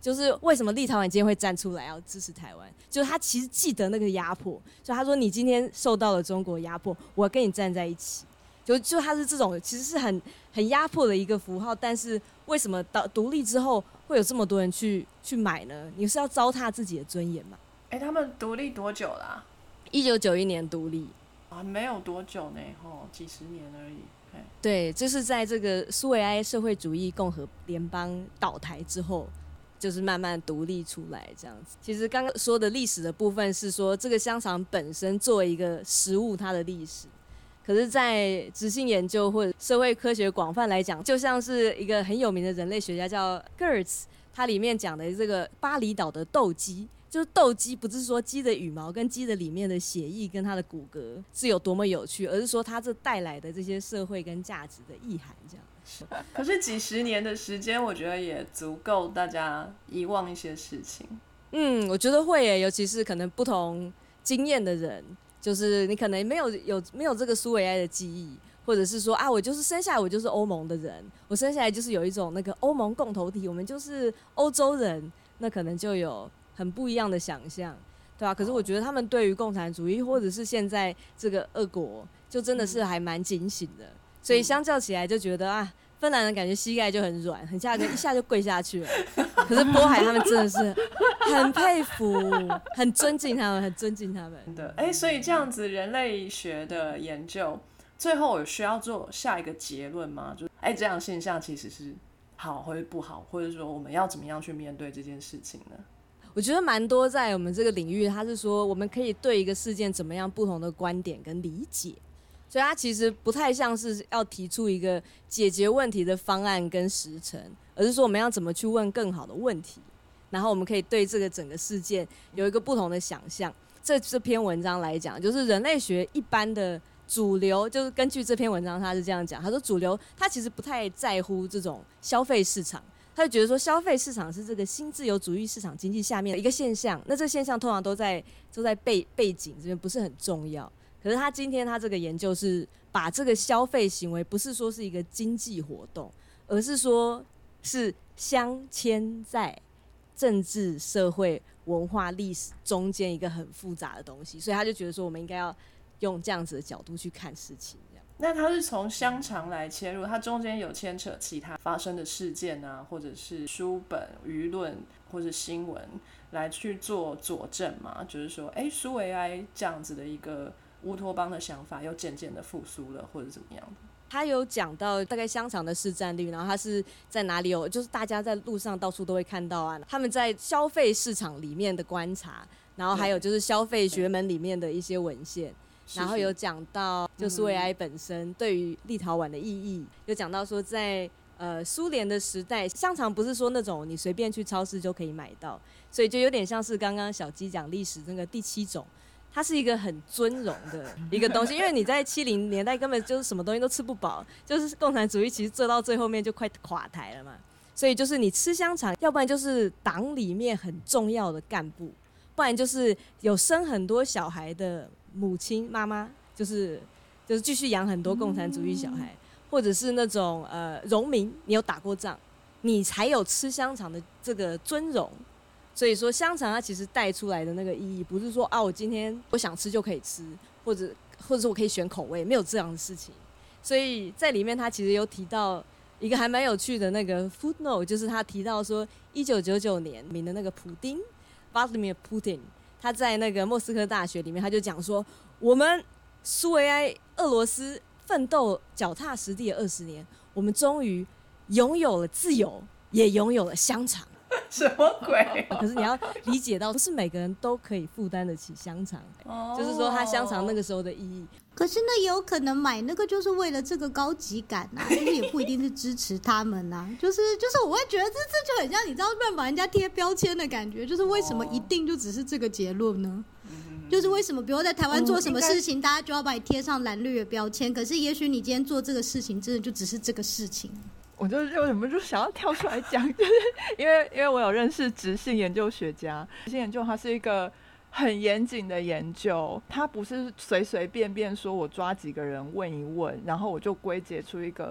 就是为什么立陶宛今天会站出来要支持台湾，就是他其实记得那个压迫，所以他说你今天受到了中国压迫，我要跟你站在一起。就他是这种其实是很压迫的一个符号，但是为什么到独立之后会有这么多人去买呢？你是要糟蹋自己的尊严吗？ 他们独立多久啦 ？1991年独立啊，没有多久呢，几十年而已。 对，就是在这个苏维埃社会主义共和联邦倒台之后，就是慢慢独立出来这样子。其实刚刚说的历史的部分是说，这个香肠本身作为一个食物，它的历史。可是，在质性研究或者社会科学广泛来讲，就像是一个很有名的人类学家叫 Gertz， 他里面讲的这个巴厘岛的斗鸡，就是斗鸡不是说鸡的羽毛跟鸡的里面的血液跟它的骨骼是有多么有趣，而是说它这带来的这些社会跟价值的意涵这样。 可是几十年的时间，我觉得也足够大家遗忘一些事情。 我觉得会耶，尤其是可能不同经验的人。就是你可能没有这个苏维埃的记忆，或者是说啊，我就是生下来我就是欧盟的人，我生下来就是有一种那个欧盟共同体，我们就是欧洲人，那可能就有很不一样的想象，对吧？可是我觉得他们对于共产主义或者是现在这个俄国，就真的是还蛮警醒的，所以相较起来就觉得啊。芬兰人感觉膝盖就很软，很下一下就跪下去了。可是波海他们真的是很佩服，很尊敬他们，很尊敬他们。 真的，所以这样子人类学的研究，最后有需要做下一个结论吗？就这样现象其实是好或者不好，或者说我们要怎么样去面对这件事情呢？ 我觉得蛮多在我们这个领域，他是说我们可以对一个事件怎么样不同的观点跟理解。所以它其实不太像是要提出一个解决问题的方案跟时程，而是说我们要怎么去问更好的问题，然后我们可以对这个整个事件有一个不同的想象。这篇文章来讲，就是人类学一般的主流，就是根据这篇文章他是这样讲，他说主流他其实不太在乎这种消费市场，他就觉得说消费市场是这个新自由主义市场经济下面的一个现象，那这个现象通常都在背景这边不是很重要。可是他今天他这个研究是把这个消费行为不是说是一个经济活动，而是说是镶嵌在政治、社会、文化、历史中间一个很复杂的东西，所以他就觉得说我们应该要用这样子的角度去看事情。 那他是从香肠来切入，它中间有牵扯其他发生的事件啊，或者是书本、舆论或者新闻来去做佐证嘛？就是说，苏维埃这样子的一个乌托邦的想法又渐渐的复苏了，或者怎么样的？ 他有讲到大概香肠的市占率，然后他是在哪里有，就是大家在路上到处都会看到啊，他们在消费市场里面的观察，然后还有就是消费学门里面的一些文献。然后有讲到就苏维埃本身对于立陶宛的意义，有讲到说在苏联的时代，香肠不是说那种你随便去超市就可以买到，所以就有点像是刚刚小鸡讲历史那个第7种，它是一个很尊荣的一个东西，因为你在70年代根本就是什么东西都吃不饱，就是共产主义其实做到最后面就快垮台了嘛，所以就是你吃香肠，要不然就是党里面很重要的干部，不然就是有生很多小孩的母亲妈妈，就是继续养很多共产主义小孩，或者是那种农民，你有打过仗，你才有吃香肠的这个尊荣。所以说香肠它其实带出来的那个意义，不是说啊我今天我想吃就可以吃，或者说我可以选口味，没有这样的事情。所以在里面他其实有提到一个还蛮有趣的那个 footnote， 就是他提到说1999年名的那个普丁 Vladimir Putin，他在那个莫斯科大学里面，他就讲说，我们苏维埃俄罗斯奋斗脚踏实地的20年，我们终于拥有了自由，也拥有了香肠。 什么鬼？ 可是你要理解到，不是每个人都可以负担得起香肠，就是说他香肠那个时候的意义。 可是那也有可能买那个就是为了这个高级感啊，就是也不一定是支持他们啊，就是我会觉得这就很像你知道乱把人家贴标签的感觉，就是为什么一定就只是这个结论呢？就是为什么比如在台湾做什么事情，大家就要把你贴上蓝绿的标签，可是也许你今天做这个事情真的就只是这个事情。 我就为什么就想要跳出来讲，就是因为我有认识质性研究学家，质性研究它是一个很严谨的研究，它不是随随便便说我抓几个人问一问，然后我就归结出一个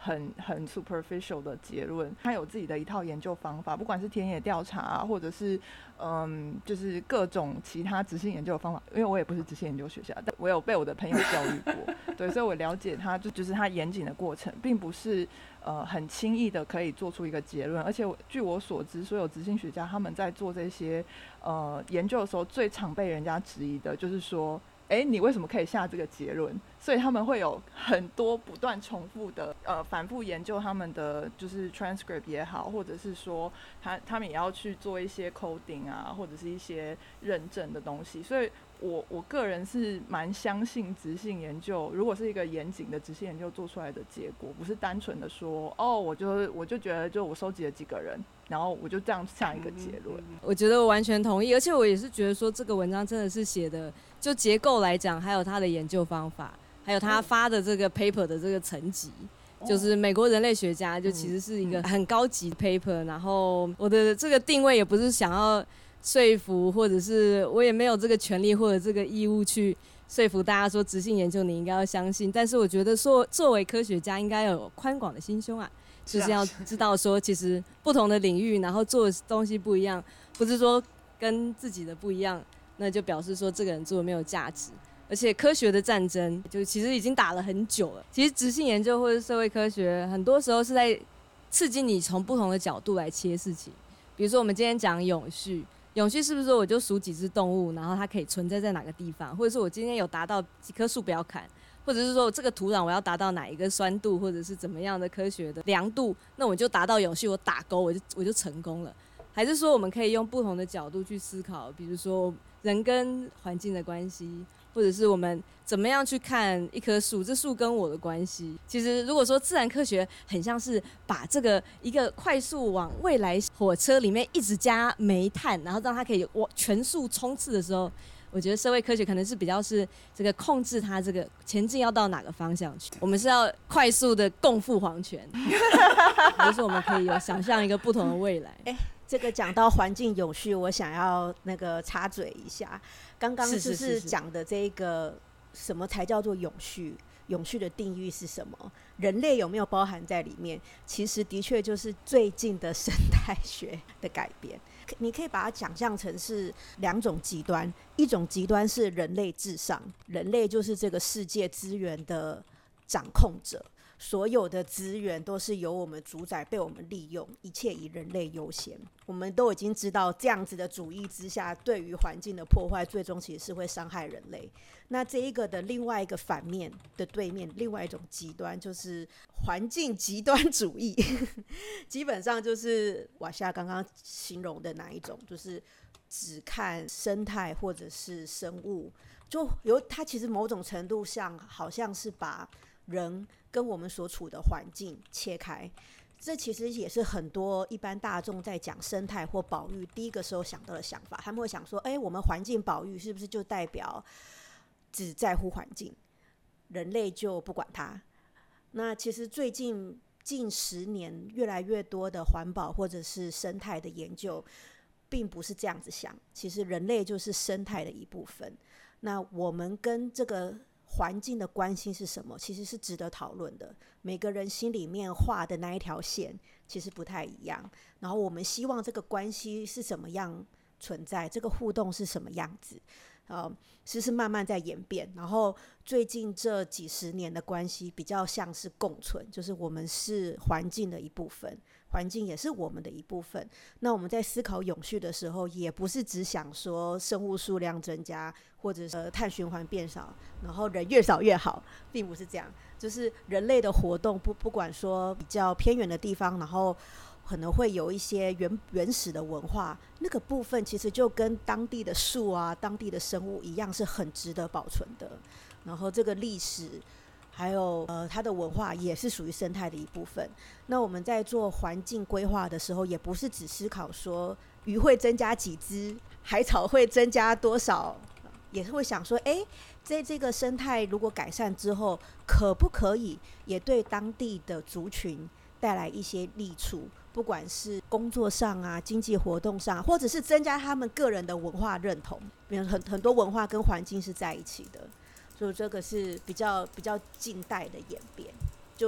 很 superficial 的结论，他有自己的一套研究方法，不管是田野调查啊，或者是就是各种其他质性研究的方法。因为我也不是质性研究学家，但我有被我的朋友教育过，对，所以我了解他就是他严谨的过程，并不是很轻易的可以做出一个结论。而且据我所知，所有质性学家他们在做这些研究的时候，最常被人家质疑的就是说，你为什么可以下这个结论？所以他们会有很多不断重复的反复研究他们的就是 transcript 也好，或者是说他们也要去做一些 coding 啊，或者是一些认证的东西。所以我个人是蛮相信质性研究，如果是一个严谨的质性研究做出来的结果，不是单纯的说我就觉得就我收集了几个人，然后我就这样下一个结论。 我觉得我完全同意，而且我也是觉得说这个文章真的是写的，就结构来讲，还有他的研究方法，还有他发的这个 paper 的这个层级，就是美国人类学家就其实是一个很高级的 paper。然后我的这个定位也不是想要说服，或者是我也没有这个权利或者这个义务去说服大家说质性研究你应该要相信。但是我觉得说作为科学家应该有宽广的心胸啊，就是要知道说其实不同的领域，然后做的东西不一样，不是说跟自己的不一样，那就表示说这个人做的没有价值。而且科学的战争就其实已经打了很久了。其实质性研究或者社会科学很多时候是在刺激你从不同的角度来切事情。比如说我们今天讲永续，永续是不是说我就数几只动物，然后它可以存在在哪个地方，或者是我今天有达到几棵树不要砍，或者是说这个土壤我要达到哪一个酸度，或者是怎么样的科学的量度，那我就达到永续，我打勾我就成功了。还是说我们可以用不同的角度去思考，比如说人跟环境的关系，或者是我们怎么样去看一棵树，这树跟我的关系。其实如果说自然科学很像是把这个一个快速往未来火车里面一直加煤炭，然后让它可以全速冲刺的时候，我觉得社会科学可能是比较是这个控制它这个前进要到哪个方向去。我们是要快速的共赴黄泉，就是我们可以有想象一个不同的未来。 这个讲到环境永续，我想要那个插嘴一下。刚刚就是讲的这个什么才叫做永续，永续的定义是什么？人类有没有包含在里面？其实的确就是最近的生态学的改变。你可以把它想象成是两种极端，一种极端是人类至上，人类就是这个世界资源的掌控者。所有的资源都是由我们主宰，被我们利用，一切以人类优先。我们都已经知道这样子的主义之下，对于环境的破坏最终其实是会伤害人类。那这一个的另外一个反面的对面，另外一种极端就是环境极端主义基本上就是瓦夏刚刚形容的那一种，就是只看生态或者是生物，就它其实某种程度上好像是把人跟我们所处的环境切开。这其实也是很多一般大众在讲生态或保育第一个时候想到的想法。他们会想说，我们环境保育是不是就代表只在乎环境，人类就不管它？那其实最近近10年越来越多的环保或者是生态的研究并不是这样子想，其实人类就是生态的一部分。那我们跟这个环境的关系是什么，其实是值得讨论的。每个人心里面画的那一条线其实不太一样，然后我们希望这个关系是怎么样存在，这个互动是什么样子，其实慢慢在演变。然后最近这几十年的关系比较像是共存，就是我们是环境的一部分，环境也是我们的一部分。那我们在思考永续的时候，也不是只想说生物数量增加，或者是碳循环变少，然后人越少越好，并不是这样。就是人类的活动不管说比较偏远的地方，然后可能会有一些原始的文化，那个部分其实就跟当地的树啊、当地的生物一样，是很值得保存的。然后这个历史还有它的文化也是属于生态的一部分。那我们在做环境规划的时候，也不是只思考说鱼会增加几只，海草会增加多少，也是会想说，在这个生态如果改善之后，可不可以也对当地的族群带来一些利处，不管是工作上啊、经济活动上，或者是增加他们个人的文化认同。比如很多文化跟环境是在一起的，所以这个是比较近代的演变。就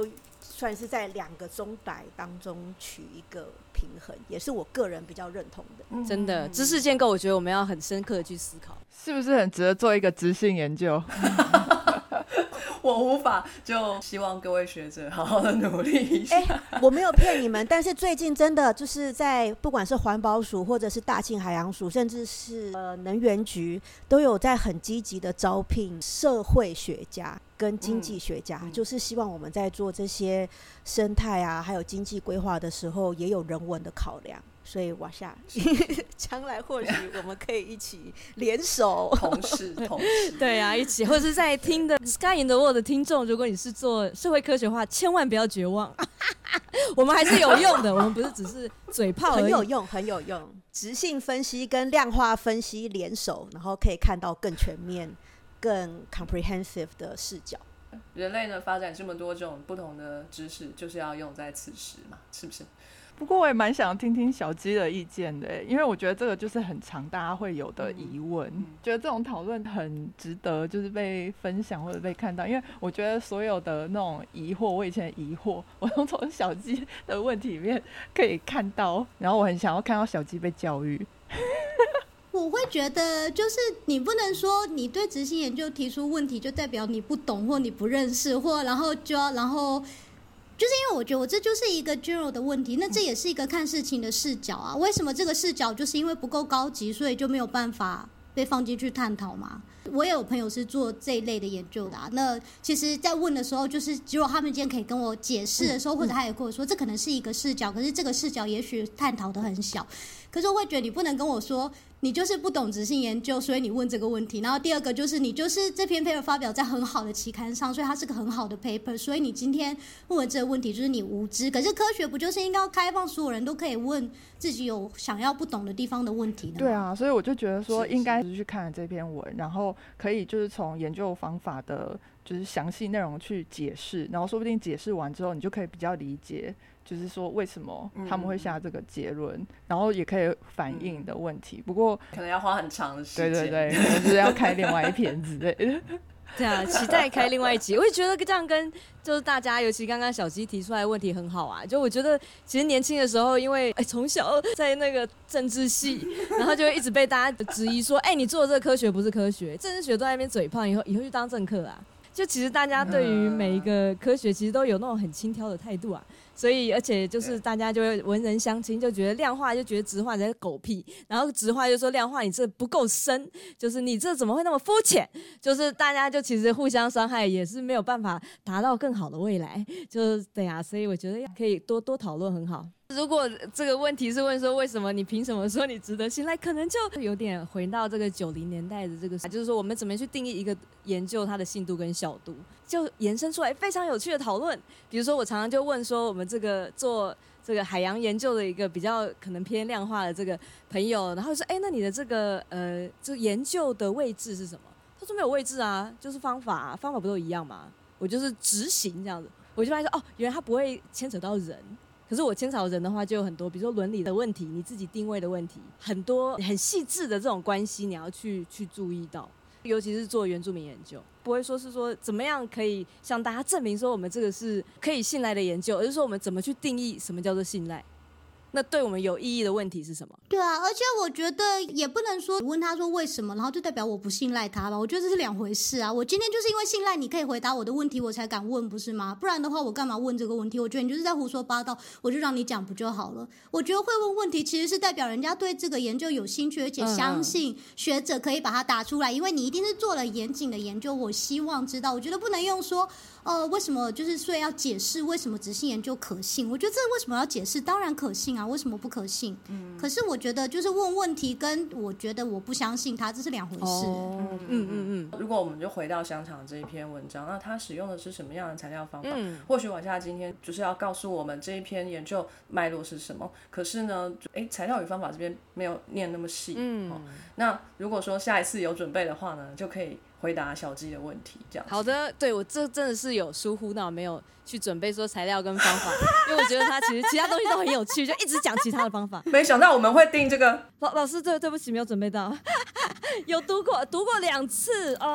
算是在2个钟摆当中取一个平衡，也是我个人比较认同的。 真的，知识建构，我觉得我们要很深刻的去思考， 是不是很值得做一个质性研究？ 我无法，就希望各位学者好好的努力一下。 我没有骗你们，但是最近真的就是在不管是环保署或者是大庆海洋署，甚至是能源局，都有在很积极的招聘社会学家跟经济学家，就是希望我们在做这些生态啊还有经济规划的时候也有人文的考量。所以往下将来或许我们可以一起联手同事对啊，一起，或者是在听的 Sky in the World 的听众，如果你是做社会科学的话，千万不要绝望我们还是有用的，我们不是只是嘴炮而已， 很有用很有用，质性分析跟量化分析联手，然后可以看到更全面更 comprehensive 的视角。 人类呢发展这么多种不同的知识，就是要用在此时嘛，是不是？ 不过我也蛮想听听小鸡的意见的，因为我觉得这个就是很常大家会有的疑问，觉得这种讨论很值得就是被分享或者被看到，因为我觉得所有的那种疑惑，我以前的疑惑，我都从小鸡的问题里面可以看到，然后我很想要看到小鸡被教育。 我会觉得，就是你不能说你对质性研究提出问题，就代表你不懂或你不认识，或然后就是因为我觉得这就是一个 general 的问题，那这也是一个看事情的视角啊。为什么这个视角就是因为不够高级，所以就没有办法被放进去探讨嘛？我也有朋友是做这一类的研究的啊。那其实，在问的时候，就是如果他们今天可以跟我解释的时候，或者他也跟我说，这可能是一个视角，可是这个视角也许探讨的很小。可是我会觉得你不能跟我说，你就是不懂质性研究，所以你问这个问题。然后第二个就是你就是这篇 paper 发表在很好的期刊上，所以它是个很好的 paper， 所以你今天问我这个问题就是你无知。可是科学不就是应该要开放，所有人都可以问自己有想要不懂的地方的问题的吗？ 对啊，所以我就觉得说应该去看这篇文，然后可以就是从研究方法的就是详细内容去解释，然后说不定解释完之后你就可以比较理解就是说为什么他们会下这个结论，然后也可以反映的问题。不过可能要花很长的时间， 对对对，可能就是要开另外一篇之类的。 对啊，期待开另外一集。我也觉得这样跟就是大家，尤其刚刚小鸡提出来的问题很好啊。就我觉得其实年轻的时候，因为从小在那个政治系，然后就会一直被大家质疑说，你做的这个科学不是科学，政治学都在那边嘴炮，以后去当政客啊。就其实大家对于每一个科学其实都有那种很轻佻的态度啊。所以而且就是大家就会文人相亲，就觉得量化就觉得质化才是狗屁，然后质化就说量化你这不够深，就是你这怎么会那么肤浅，就是大家就其实互相伤害，也是没有办法达到更好的未来，就是对啊。所以我觉得可以多讨论，很好。如果这个问题是问说为什么你凭什么说你值得信赖，可能就有点回到这个90年代的这个，就是说我们怎么去定义一个研究它的信度跟效度，就延伸出来非常有趣的讨论。比如说我常常就问说，我们这个做这个海洋研究的一个比较可能偏量化的这个朋友，然后说那你的这个这研究的位置是什么？他说没有位置啊，就是方法啊，方法不都一样吗？我就是执行这样子。我就发现说原来他不会牵扯到人。可是我牵扯到人的话就有很多，比如说伦理的问题，你自己定位的问题，很多很细致的这种关系你要去注意到，尤其是做原住民研究，不会说是说怎么样可以向大家证明说我们这个是可以信赖的研究，而是说我们怎么去定义什么叫做信赖，那对我们有意义的问题是什么？ 对啊，而且我觉得也不能说问他说为什么，然后就代表我不信赖他吧。我觉得这是两回事啊。我今天就是因为信赖你可以回答我的问题，我才敢问，不是吗？不然的话，我干嘛问这个问题？我觉得你就是在胡说八道，我就让你讲不就好了？我觉得会问问题其实是代表人家对这个研究有兴趣，而且相信学者可以把它答出来，因为你一定是做了严谨的研究。我希望知道，我觉得不能用说为什么就是所以要解释为什么质性研究可信？我觉得这为什么要解释？当然可信啊，为什么不可信？可是我觉得就是问问题跟我觉得我不相信它，这是两回事。 如果我们就回到香肠这一篇文章，那它使用的是什么样的材料方法？或许往下今天就是要告诉我们这一篇研究脉络是什么。可是呢，材料与方法这边没有念那么细。那如果说下一次有准备的话呢，就可以回答小鸡的问题，这样。 好的，对，我这真的是有疏忽到没有去准备说材料跟方法，因为我觉得他其实其他东西都很有趣，就一直讲其他的方法。 没想到我们会定这个。 老师，对不起，没有准备到，有读过2次啊。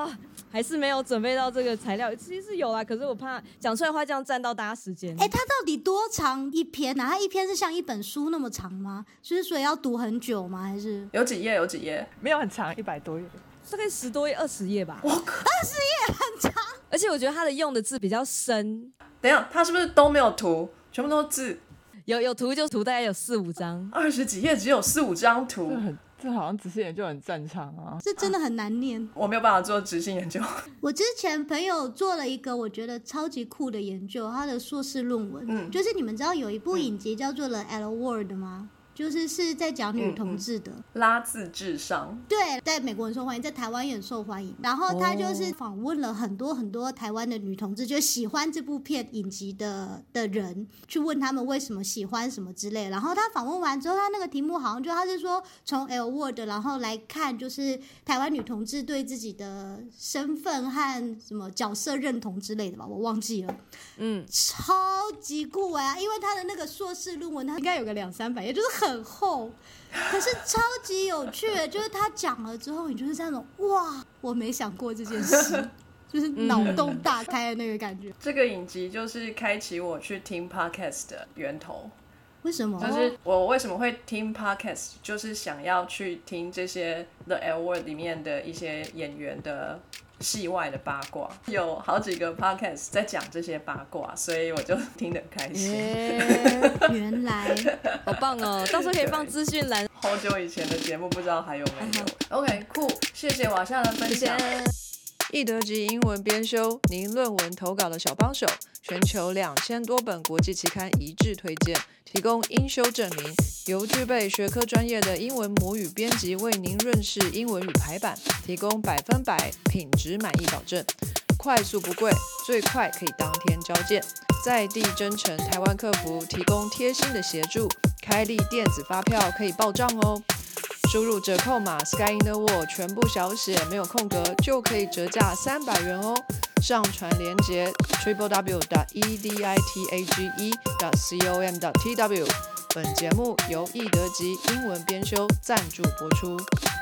还是没有准备到这个材料，其实是有啦，可是我怕讲出来的话这样占到大家时间。 它到底多长一篇啊？它一篇是像一本书那么长吗？就是所以要读很久吗？还是有几页？有几页？ 没有很长，100多页， 大概10多页、20页吧。 20页很长。 而且我觉得他的用的字比较深。 等一下，他是不是都没有图，全部都是字？ 有图就图，大概有4、5张。 20几页只有4、5张图， 这好像仔细研究很正常啊。 这真的很难念。 我没有办法做质性研究。 我之前朋友做了一个我觉得超级酷的研究，他的硕士论文，就是你们知道有一部影集叫做《The L Word》吗？就是在讲女同志的， 拉字至上。 对，在美国很受欢迎，在台湾也很受欢迎。然后他就是访问了很多很多台湾的女同志，就喜欢这部片影集的人，去问他们为什么喜欢什么之类的。然后他访问完之后，他那个题目好像他是说从 L Word 然后来看，就是台湾女同志对自己的身份和什么角色认同之类的吧，我忘记了。超级酷啊！因为他的那个硕士论文，他应该有个200-300页，就是很厚，可是超级有趣的，就是他讲了之后，你就是这种哇，我没想过这件事，就是脑洞大开的那个感觉。 这个影集就是开启我去听 podcast 的源头。 为什么？ 就是我为什么会听 podcast， 就是想要去听这些 The L Word 里面的一些演员的戏外的八卦，有好几个 podcast 在讲这些八卦，所以我就听得很开心。 原来好棒哦！到时候可以放资讯栏。 好久以前的节目不知道还有没有。OK， 酷，谢谢瓦夏的分享。 易德级英文编修，您论文投稿的小帮手，全球2000多本国际期刊一致推荐，提供英修证明，由具备学科专业的英文母语编辑为您润饰英文与排版，提供100%品质满意保证，快速不贵，最快可以当天交件，在地真诚台湾客服提供贴心的协助，开立电子发票可以报账哦。输入折扣码 Sky in the World 全部小写没有空格，就可以折价300元哦。上传连结 www.editage.com.tw。本节目由易德级英文编修赞助播出。